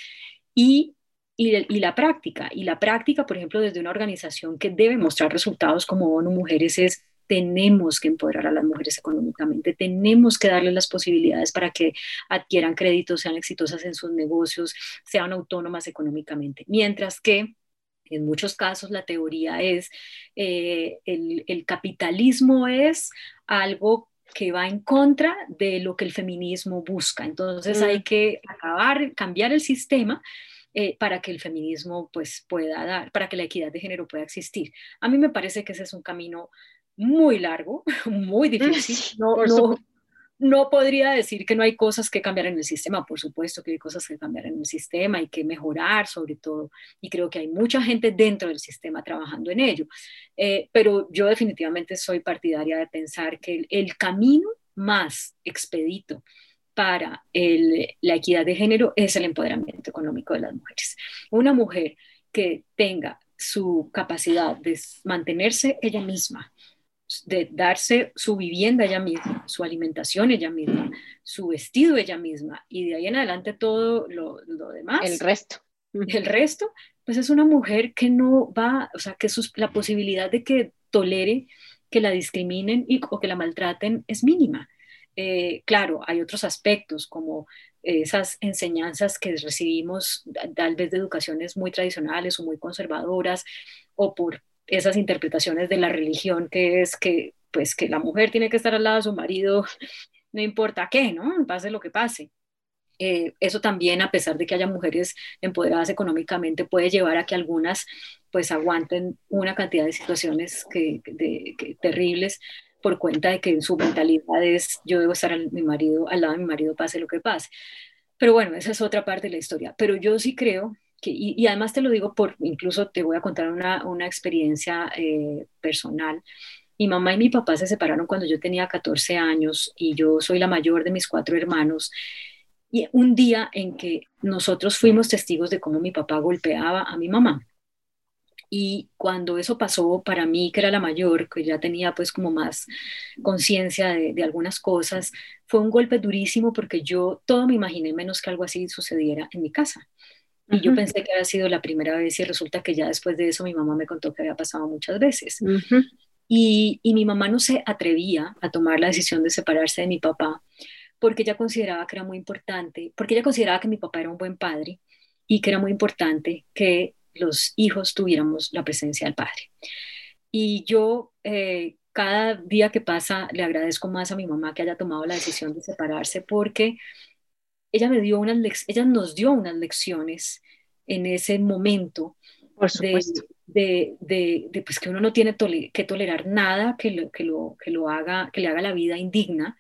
y la práctica. Y la práctica, por ejemplo, desde una organización que debe mostrar resultados como ONU Mujeres es tenemos que empoderar a las mujeres económicamente, tenemos que darles las posibilidades para que adquieran créditos, sean exitosas en sus negocios, sean autónomas económicamente. Mientras que en muchos casos la teoría es el capitalismo es algo que va en contra de lo que el feminismo busca. Entonces hay que cambiar el sistema para que el feminismo pues, pueda dar, para que la equidad de género pueda existir. A mí me parece que ese es un camino muy largo, muy difícil. Sí, No, por no, supuesto. no podría decir que no hay cosas que cambiar en el sistema, por supuesto que hay cosas que cambiar en el sistema, hay que mejorar sobre todo, y creo que hay mucha gente dentro del sistema trabajando en ello, pero yo definitivamente soy partidaria de pensar que el camino más expedito para la equidad de género es el empoderamiento económico de las mujeres. Una mujer que tenga su capacidad de mantenerse ella misma, de darse su vivienda ella misma, su alimentación ella misma, su vestido ella misma y de ahí en adelante todo lo El demás, resto. el resto, pues es una mujer que no va, o sea, que la posibilidad de que tolere que la discriminen o que la maltraten es mínima. Claro, hay otros aspectos como esas enseñanzas que recibimos tal vez de educaciones muy tradicionales o muy conservadoras o por esas interpretaciones de la religión que es que pues que la mujer tiene que estar al lado de su marido, no importa qué, ¿no? Pase lo que pase. Eso también, a pesar de que haya mujeres empoderadas económicamente, puede llevar a que algunas pues aguanten una cantidad de situaciones terribles por cuenta de que su mentalidad es yo debo estar al lado de mi marido pase lo que pase. Pero bueno, esa es otra parte de la historia. Pero yo sí creo que, y además te lo digo incluso te voy a contar una experiencia personal. Mi mamá y mi papá se separaron cuando yo tenía 14 años y yo soy la mayor de mis cuatro hermanos. Y un día en que nosotros fuimos testigos de cómo mi papá golpeaba a mi mamá. Y cuando eso pasó para mí, que era la mayor, que ya tenía pues como más conciencia de algunas cosas, fue un golpe durísimo porque yo todo me imaginé menos que algo así sucediera en mi casa. Y yo pensé que había sido la primera vez y resulta que ya después de eso mi mamá me contó que había pasado muchas veces. Y mi mamá no se atrevía a tomar la decisión de separarse de mi papá porque ella consideraba que era muy importante, porque ella consideraba que mi papá era un buen padre y que era muy importante que los hijos tuviéramos la presencia del padre. Y yo cada día que pasa le agradezco más a mi mamá que haya tomado la decisión de separarse porque ella nos dio unas lecciones en ese momento Por de, supuesto. pues que uno no tiene que tolerar nada que le haga la vida indigna,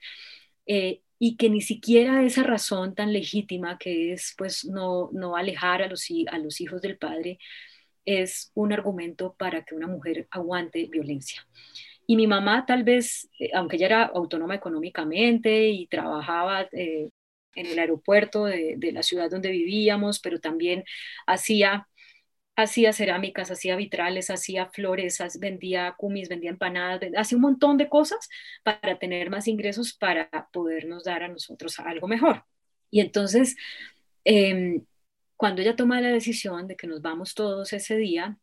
y que ni siquiera esa razón tan legítima que es pues no alejar a los hijos del padre es un argumento para que una mujer aguante violencia. Y mi mamá tal vez, aunque ella era autónoma económicamente y trabajaba en el aeropuerto de la ciudad donde vivíamos, pero también hacía hacía cerámicas, hacía vitrales, hacía flores, vendía cumis, vendía empanadas, hacía un montón de cosas para tener más ingresos para podernos dar a nosotros algo mejor. Y entonces, eh, cuando ella toma la decisión de que nos vamos todos ese día,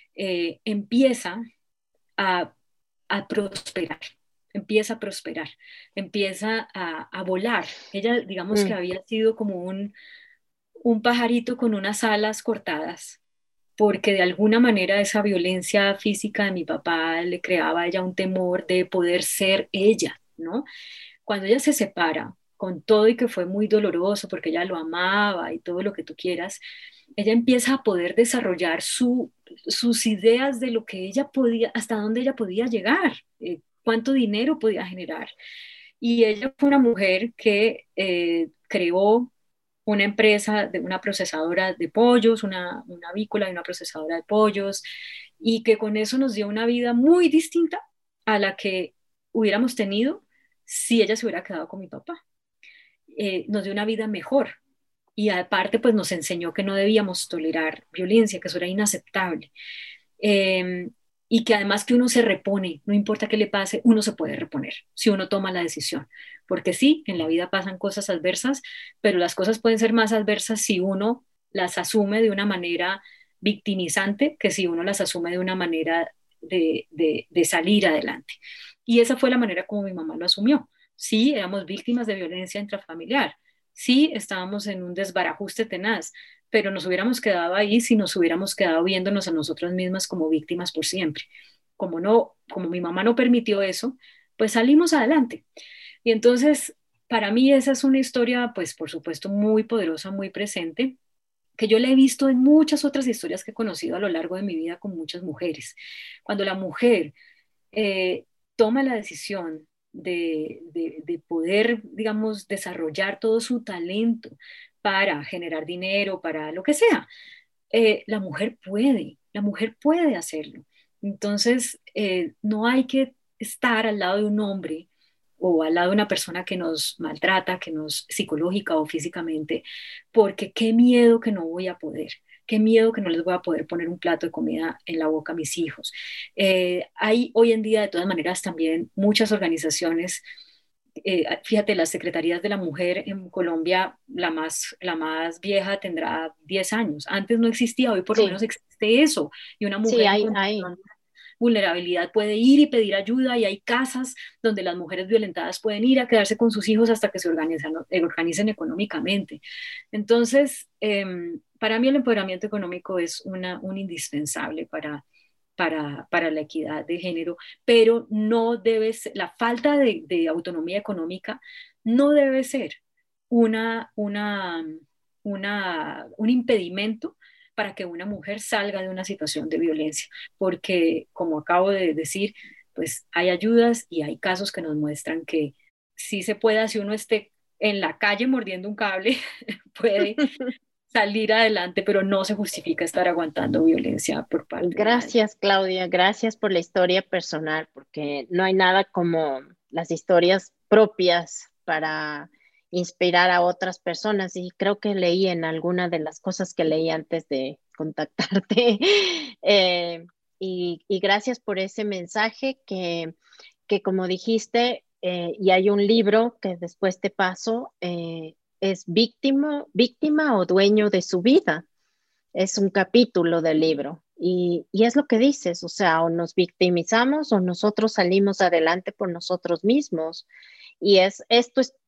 empieza a, a prosperar, empieza a prosperar, empieza a volar. Ella, digamos que Mm. había sido como un pajarito con unas alas cortadas, porque de alguna manera esa violencia física de mi papá le creaba a ella un temor de poder ser ella, ¿no? Cuando ella se separa, con todo y que fue muy doloroso porque ella lo amaba y todo lo que tú quieras, ella empieza a poder desarrollar sus ideas de lo que ella podía, hasta dónde ella podía llegar, cuánto dinero podía generar. Y ella fue una mujer que creó una empresa de una procesadora de pollos, una avícola y una procesadora de pollos, y que con eso nos dio una vida muy distinta a la que hubiéramos tenido si ella se hubiera quedado con mi papá. Nos dio una vida mejor. Y aparte, pues nos enseñó que no debíamos tolerar violencia, que eso era inaceptable. Eh, y que además que uno se repone, no importa qué le pase, uno se puede reponer si uno toma la decisión. Porque sí, en la vida pasan cosas adversas, pero las cosas pueden ser más adversas si uno las asume de una manera victimizante que si uno las asume de una manera de salir adelante. Y esa fue la manera como mi mamá lo asumió. Sí, éramos víctimas de violencia intrafamiliar. Sí, estábamos en un desbarajuste tenaz, pero nos hubiéramos quedado ahí si nos hubiéramos quedado viéndonos a nosotras mismas como víctimas por siempre. Como no, como mi mamá no permitió eso, pues salimos adelante. Y entonces, para mí esa es una historia, pues por supuesto, muy poderosa, muy presente, que yo la he visto en muchas otras historias que he conocido a lo largo de mi vida con muchas mujeres. Cuando la mujer eh, toma la decisión de poder, digamos, desarrollar todo su talento para generar dinero, para lo que sea, la mujer puede hacerlo. Entonces, no hay que estar al lado de un hombre o al lado de una persona que nos maltrata, que nos psicológica o físicamente, porque qué miedo que no voy a poder. Qué miedo que no les voy a poder poner un plato de comida en la boca a mis hijos. Hay hoy en día, de todas maneras, también muchas organizaciones. Fíjate, las secretarías de la mujer en Colombia, la más vieja tendrá 10 años. Antes no existía, hoy por lo menos Sí, existe eso. Y una sí, mujer en hay. condición de vulnerabilidad puede ir y pedir ayuda, y hay casas donde las mujeres violentadas pueden ir a quedarse con sus hijos hasta que se organicen económicamente. Entonces, para mí el empoderamiento económico es un indispensable para la equidad de género, pero no debe ser, la falta de autonomía económica no debe ser una, una, un impedimento para que una mujer salga de una situación de violencia, porque como acabo de decir, pues hay ayudas y hay casos que nos muestran que sí se puede, si uno esté en la calle mordiendo un cable, puede salir adelante, pero no se justifica estar aguantando violencia por parte de nadie. Gracias, Claudia. Gracias por la historia personal, porque no hay nada como las historias propias para inspirar a otras personas. Y creo que leí en alguna de las cosas que leí antes de contactarte. Eh, y gracias por ese mensaje que como dijiste, y hay un libro que después te paso, es víctima o dueño de su vida. Es un capítulo del libro. Y es lo que dices, o sea, o nos victimizamos o nosotros salimos adelante por nosotros mismos. Y esto es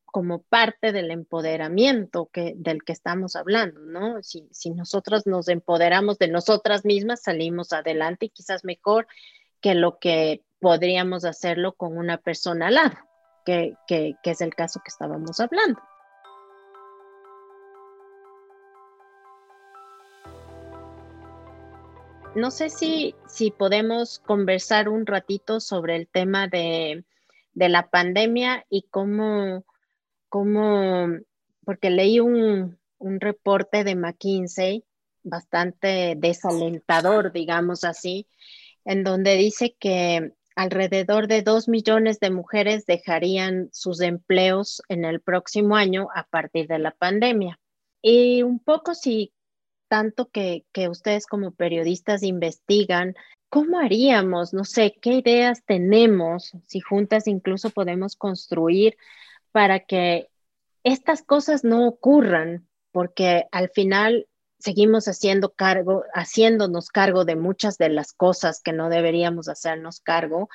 como parte del empoderamiento del que estamos hablando, ¿no? Si nosotras nos empoderamos de nosotras mismas, salimos adelante y quizás mejor que lo que podríamos hacerlo con una persona al lado, que es el caso que estábamos hablando. No sé si podemos conversar un ratito sobre el tema de la pandemia y cómo porque leí un reporte de McKinsey bastante desalentador, digamos así, en donde dice que alrededor de 2 millones de mujeres dejarían sus empleos en el próximo año a partir de la pandemia. Y un poco si tanto que ustedes como periodistas investigan, ¿cómo haríamos? No sé, ¿qué ideas tenemos? Si juntas incluso podemos construir para que estas cosas no ocurran, porque al final seguimos haciéndonos cargo de muchas de las cosas que no deberíamos hacernos cargo.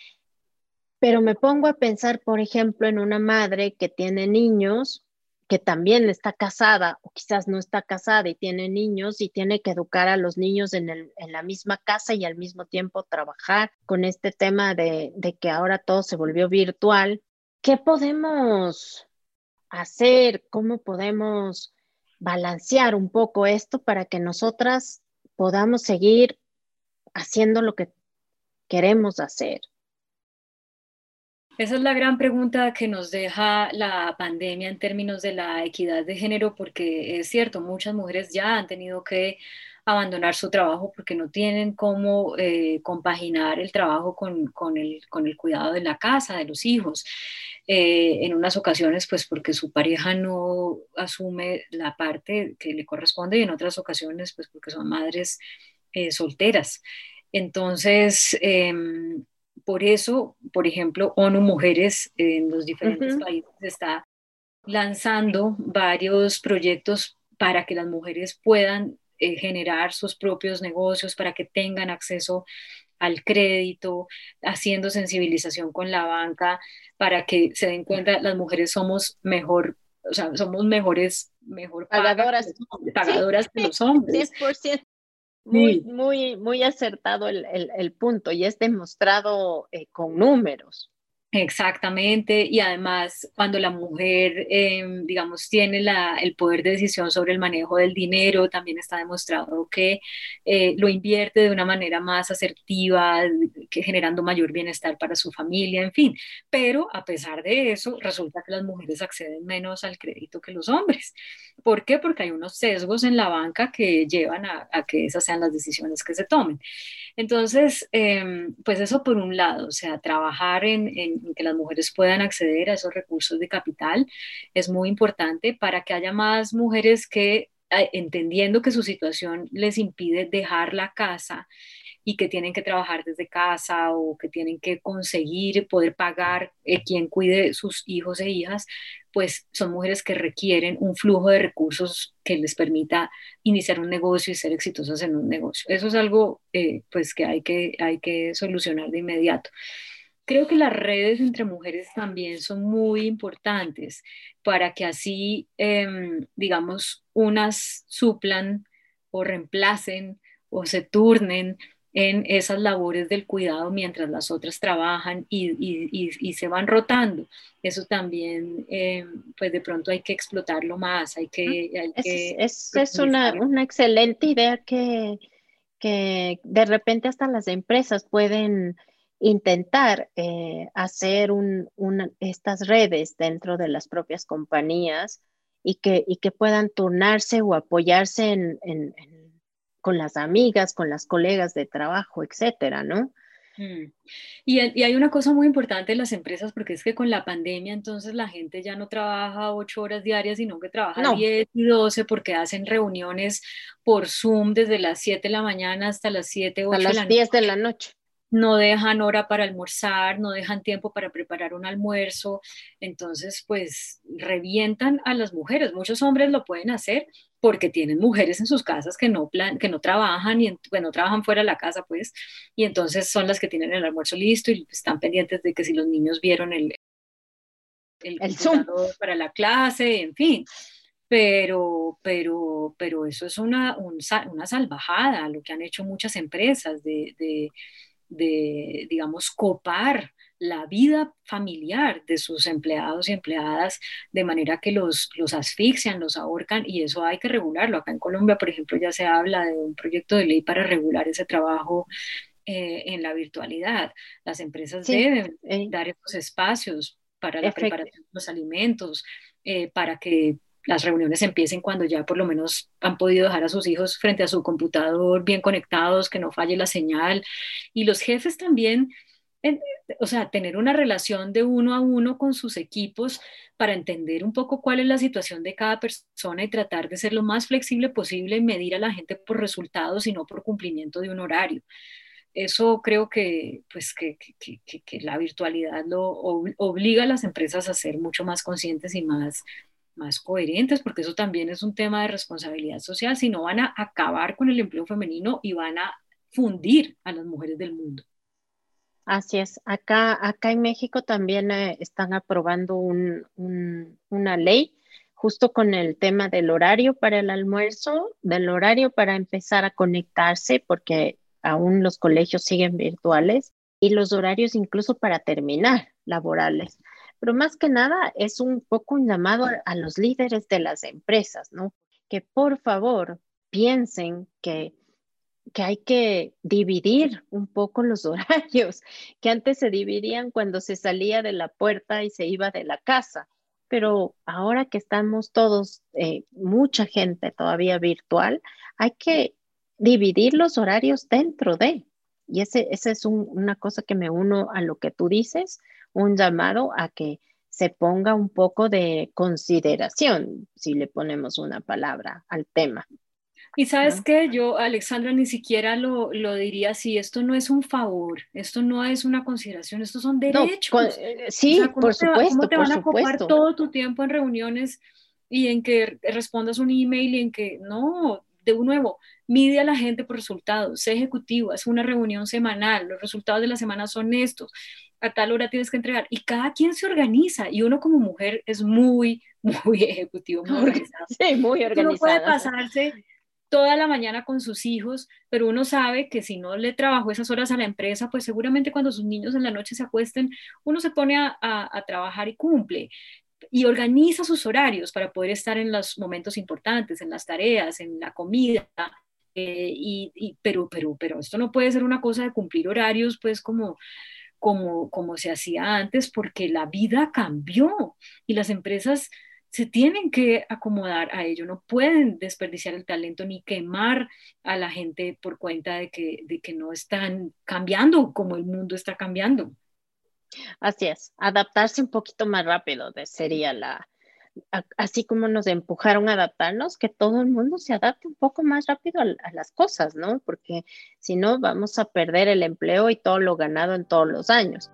Pero me pongo a pensar, por ejemplo, en una madre que tiene niños, que también está casada o quizás no está casada y tiene niños y tiene que educar a los niños en la misma casa y al mismo tiempo trabajar con este tema de que ahora todo se volvió virtual. ¿Qué podemos hacer? ¿Cómo podemos balancear un poco esto para que nosotras podamos seguir haciendo lo que queremos hacer? Esa es la gran pregunta que nos deja la pandemia en términos de la equidad de género, porque es cierto, muchas mujeres ya han tenido que abandonar su trabajo porque no tienen cómo compaginar el trabajo con el cuidado de la casa, de los hijos. En unas ocasiones, pues porque su pareja no asume la parte que le corresponde y en otras ocasiones, pues porque son madres solteras. Entonces, por eso, por ejemplo, ONU Mujeres en los diferentes países está lanzando varios proyectos para que las mujeres puedan generar sus propios negocios, para que tengan acceso al crédito, haciendo sensibilización con la banca, para que se den cuenta las mujeres somos mejor, o sea, somos mejor Pagadoras, pagadoras que sí, los hombres. 100%. Sí. Muy acertado el punto y es demostrado con números. Exactamente, y además cuando la mujer, digamos, tiene el poder de decisión sobre el manejo del dinero, también está demostrado que lo invierte de una manera más asertiva, que generando mayor bienestar para su familia, en fin. Pero a pesar de eso, resulta que las mujeres acceden menos al crédito que los hombres. ¿Por qué? Porque hay unos sesgos en la banca que llevan a que esas sean las decisiones que se tomen. Entonces, pues eso por un lado, o sea, trabajar en que las mujeres puedan acceder a esos recursos de capital es muy importante para que haya más mujeres que, entendiendo que su situación les impide dejar la casa y que tienen que trabajar desde casa o que tienen que conseguir poder pagar quien cuide sus hijos e hijas, pues son mujeres que requieren un flujo de recursos que les permita iniciar un negocio y ser exitosas en un negocio. Eso es algo pues que hay que solucionar de inmediato. Creo que las redes entre mujeres también son muy importantes para que así, digamos, unas suplan o reemplacen o se turnen en esas labores del cuidado mientras las otras trabajan y se van rotando. Eso también, pues de pronto hay que explotarlo más, hay que Es una excelente idea que de repente hasta las empresas pueden intentar hacer estas redes dentro de las propias compañías y que puedan turnarse o apoyarse con las amigas, con las colegas de trabajo, etcétera, ¿no? Y hay una cosa muy importante en las empresas, porque es que con la pandemia entonces la gente ya no trabaja 8 horas diarias, sino que trabaja No, 10 y 12 porque hacen reuniones por Zoom desde las 7 de la mañana hasta las 7 a 8 de la las noche. 10 de la noche. No dejan hora para almorzar, no dejan tiempo para preparar un almuerzo, entonces pues revientan a las mujeres. Muchos hombres lo pueden hacer porque tienen mujeres en sus casas que no trabajan que no trabajan fuera de la casa, pues, y entonces son las que tienen el almuerzo listo y están pendientes de que si los niños vieron el El Zoom. computador para la clase, en fin. Pero eso es una salvajada, lo que han hecho muchas empresas digamos, copar la vida familiar de sus empleados y empleadas de manera que los asfixian, los ahorcan, y eso hay que regularlo. Acá en Colombia, por ejemplo, ya se habla de un proyecto de ley para regular ese trabajo en la virtualidad. Las empresas Sí, deben dar esos espacios para la efectivamente. preparación de los alimentos, para que las reuniones empiecen cuando ya por lo menos han podido dejar a sus hijos frente a su computador bien conectados, que no falle la señal. Y los jefes también, eh, o sea, tener una relación de uno a uno con sus equipos para entender un poco cuál es la situación de cada persona y tratar de ser lo más flexible posible y medir a la gente por resultados y no por cumplimiento de un horario. Eso creo que, pues, que la virtualidad obliga a las empresas a ser mucho más conscientes y más coherentes, porque eso también es un tema de responsabilidad social, si no van a acabar con el empleo femenino y van a fundir a las mujeres del mundo. Así es. Acá en México también están aprobando una ley justo con el tema del horario para el almuerzo, del horario para empezar a conectarse, porque aún los colegios siguen virtuales, y los horarios incluso para terminar laborales. Pero más que nada es un poco un llamado a los líderes de las empresas, ¿no? Que por favor piensen que hay que dividir un poco los horarios, que antes se dividían cuando se salía de la puerta y se iba de la casa, pero ahora que estamos todos, mucha gente todavía virtual, hay que dividir los horarios dentro de, y ese es una cosa que me uno a lo que tú dices, un llamado a que se ponga un poco de consideración, si le ponemos una palabra al tema, Y sabes ¿no? qué, yo, Alexandra, ni siquiera lo diría así, esto no es un favor, esto no es una consideración, estos son No, derechos. O sea, sí, por cómo supuesto, te por van a copar supuesto. todo tu tiempo en reuniones y en que respondas un email y en que, no, de nuevo, mide a la gente por resultados, sé ejecutivo, haz una reunión semanal, los resultados de la semana son estos, a tal hora tienes que entregar, y cada quien se organiza, y uno como mujer es muy, muy ejecutivo, muy organizado. Sí, muy Uno puede organizada. pasarse toda la mañana con sus hijos, pero uno sabe que si no le trabajó esas horas a la empresa, pues seguramente cuando sus niños en la noche se acuesten, uno se pone a trabajar y cumple y organiza sus horarios para poder estar en los momentos importantes, en las tareas, en la comida. Pero esto no puede ser una cosa de cumplir horarios, pues como se hacía antes, porque la vida cambió y las empresas se tienen que acomodar a ello, no pueden desperdiciar el talento ni quemar a la gente por cuenta de que no están cambiando como el mundo está cambiando. Así es, adaptarse un poquito más rápido sería así como nos empujaron a adaptarnos, que todo el mundo se adapte un poco más rápido a las cosas, ¿no? Porque si no, vamos a perder el empleo y todo lo ganado en todos los años.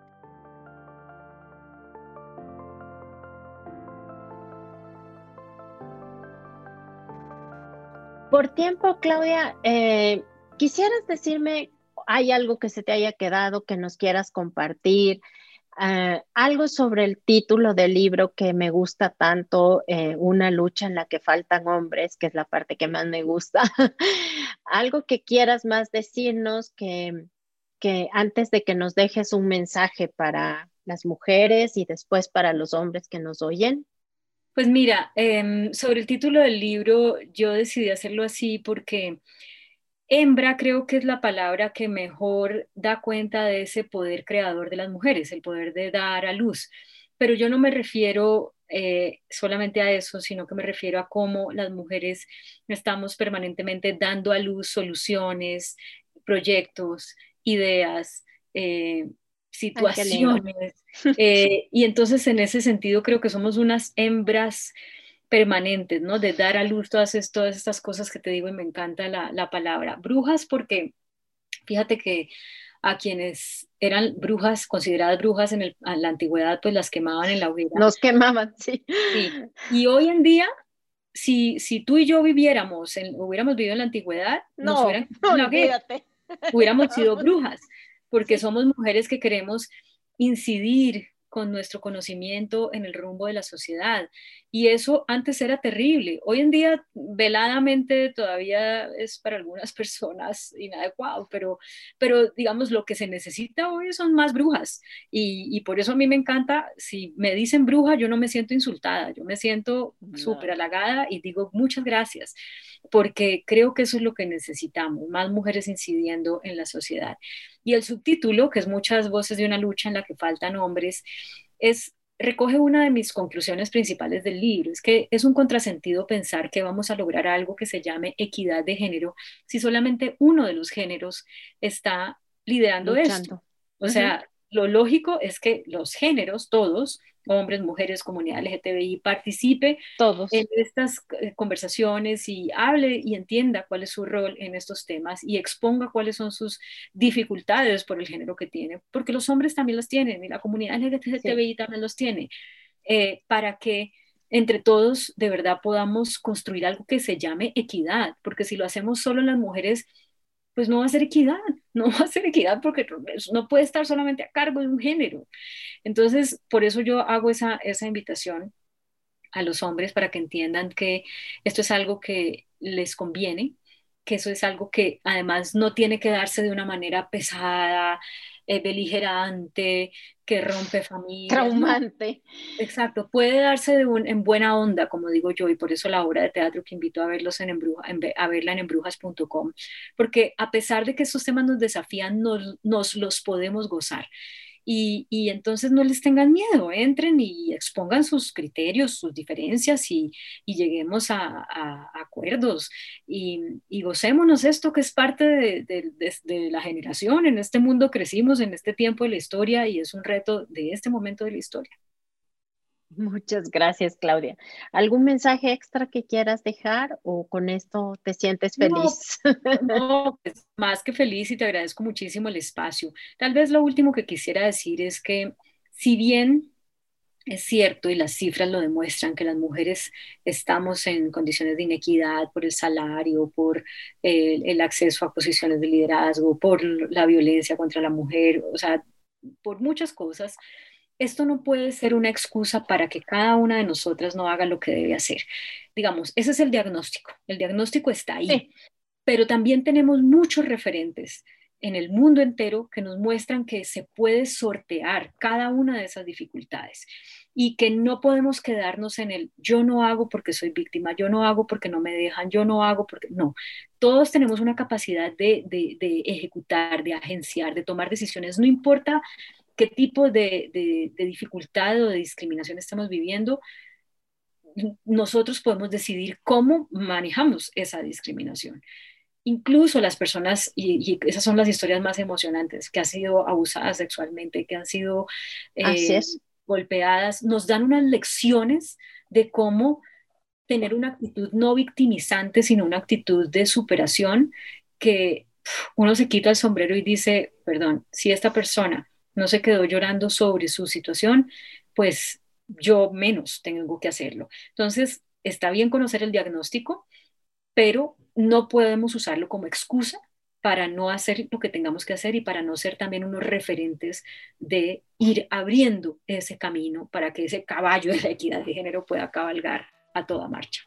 Por tiempo, Claudia, ¿quisieras decirme, hay algo que se te haya quedado que nos quieras compartir? Algo sobre el título del libro que me gusta tanto, Una lucha en la que faltan hombres, que es la parte que más me gusta. Algo que quieras más decirnos que antes de que nos dejes un mensaje para las mujeres y después para los hombres que nos oyen. Pues mira, sobre el título del libro, yo decidí hacerlo así porque hembra creo que es la palabra que mejor da cuenta de ese poder creador de las mujeres, el poder de dar a luz. Pero yo no me refiero solamente a eso, sino que me refiero a cómo las mujeres estamos permanentemente dando a luz soluciones, proyectos, ideas, Ay, qué lindo. situaciones. Y entonces en ese sentido creo que somos unas hembras permanentes, ¿no? De dar a luz todas estas cosas que te digo y me encanta la palabra. Brujas porque fíjate que a quienes eran brujas, consideradas brujas en la antigüedad, pues las quemaban en la hoguera. Nos quemaban, sí. Sí. Y hoy en día, si tú y yo hubiéramos vivido en la antigüedad, nos No, hubieran quemado en la hoguera, olvídate. hubiéramos sido brujas, porque Sí, somos mujeres que queremos incidir con nuestro conocimiento en el rumbo de la sociedad. Y eso antes era terrible. Hoy en día, veladamente, todavía es para algunas personas inadecuado, pero digamos, lo que se necesita hoy son más brujas. Y por eso a mí me encanta, si me dicen bruja, yo no me siento insultada, yo me siento súper halagada y digo muchas gracias, porque creo que eso es lo que necesitamos, más mujeres incidiendo en la sociedad. Y el subtítulo, que es Muchas voces de una lucha en la que faltan hombres, recoge una de mis conclusiones principales del libro, es que es un contrasentido pensar que vamos a lograr algo que se llame equidad de género si solamente uno de los géneros está liderando esto. O sea, lo lógico es que los géneros, todos, hombres, mujeres, comunidad LGTBI, participe en estas conversaciones y hable y entienda cuál es su rol en estos temas y exponga cuáles son sus dificultades por el género que tiene, porque los hombres también los tienen y la comunidad LGTBI también los tiene, para que entre todos de verdad podamos construir algo que se llame equidad, porque si lo hacemos solo las mujeres, pues no va a ser equidad, no va a ser equidad porque no puede estar solamente a cargo de un género. Entonces, por eso yo hago esa invitación a los hombres para que entiendan que esto es algo que les conviene, que eso es algo que además no tiene que darse de una manera pesada, beligerante, que rompe familias. Traumante. No. Exacto, puede darse en buena onda, como digo yo, y por eso la obra de teatro que invito a verlos a verla en embrujas.com, porque a pesar de que estos temas nos desafían, nos los podemos gozar. Y entonces no les tengan miedo, entren y expongan sus criterios, sus diferencias y lleguemos a acuerdos y gocémonos esto que es parte de la generación. En este mundo crecimos, en este tiempo de la historia y es un reto de este momento de la historia. Muchas gracias, Claudia. ¿Algún mensaje extra que quieras dejar o con esto te sientes feliz? No, pues, más que feliz y te agradezco muchísimo el espacio. Tal vez lo último que quisiera decir es que si bien es cierto y las cifras lo demuestran que las mujeres estamos en condiciones de inequidad por el salario, por el acceso a posiciones de liderazgo, por la violencia contra la mujer, o sea, por muchas cosas, esto no puede ser una excusa para que cada una de nosotras no haga lo que debe hacer. Digamos, ese es el diagnóstico. El diagnóstico está ahí, sí. Pero también tenemos muchos referentes en el mundo entero que nos muestran que se puede sortear cada una de esas dificultades y que no podemos quedarnos en el yo no hago porque soy víctima, yo no hago porque no me dejan, yo no hago porque no. Todos tenemos una capacidad de ejecutar, de agenciar, de tomar decisiones, no importa qué tipo de dificultad o de discriminación estamos viviendo, nosotros podemos decidir cómo manejamos esa discriminación. Incluso las personas, y esas son las historias más emocionantes, que han sido abusadas sexualmente, que han sido golpeadas, nos dan unas lecciones de cómo tener una actitud no victimizante, sino una actitud de superación, que uno se quita el sombrero y dice, perdón, si esta persona no se quedó llorando sobre su situación, pues yo menos tengo que hacerlo. Entonces, está bien conocer el diagnóstico, pero no podemos usarlo como excusa para no hacer lo que tengamos que hacer y para no ser también unos referentes de ir abriendo ese camino para que ese caballo de la equidad de género pueda cabalgar a toda marcha.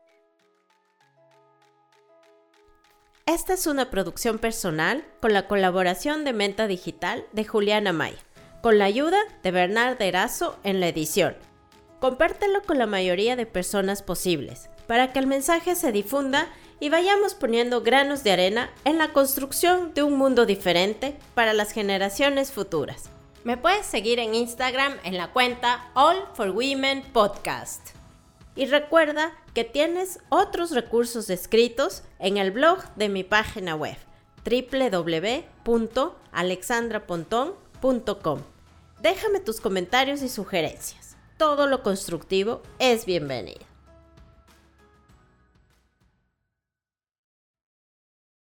Esta es una producción personal con la colaboración de Menta Digital de Juliana May, con la ayuda de Bernard Erazo en la edición. Compártelo con la mayoría de personas posibles, para que el mensaje se difunda y vayamos poniendo granos de arena en la construcción de un mundo diferente para las generaciones futuras. Me puedes seguir en Instagram en la cuenta All for Women Podcast. Y recuerda que tienes otros recursos escritos en el blog de mi página web www.alexandrapontón.com. Déjame tus comentarios y sugerencias. Todo lo constructivo es bienvenido.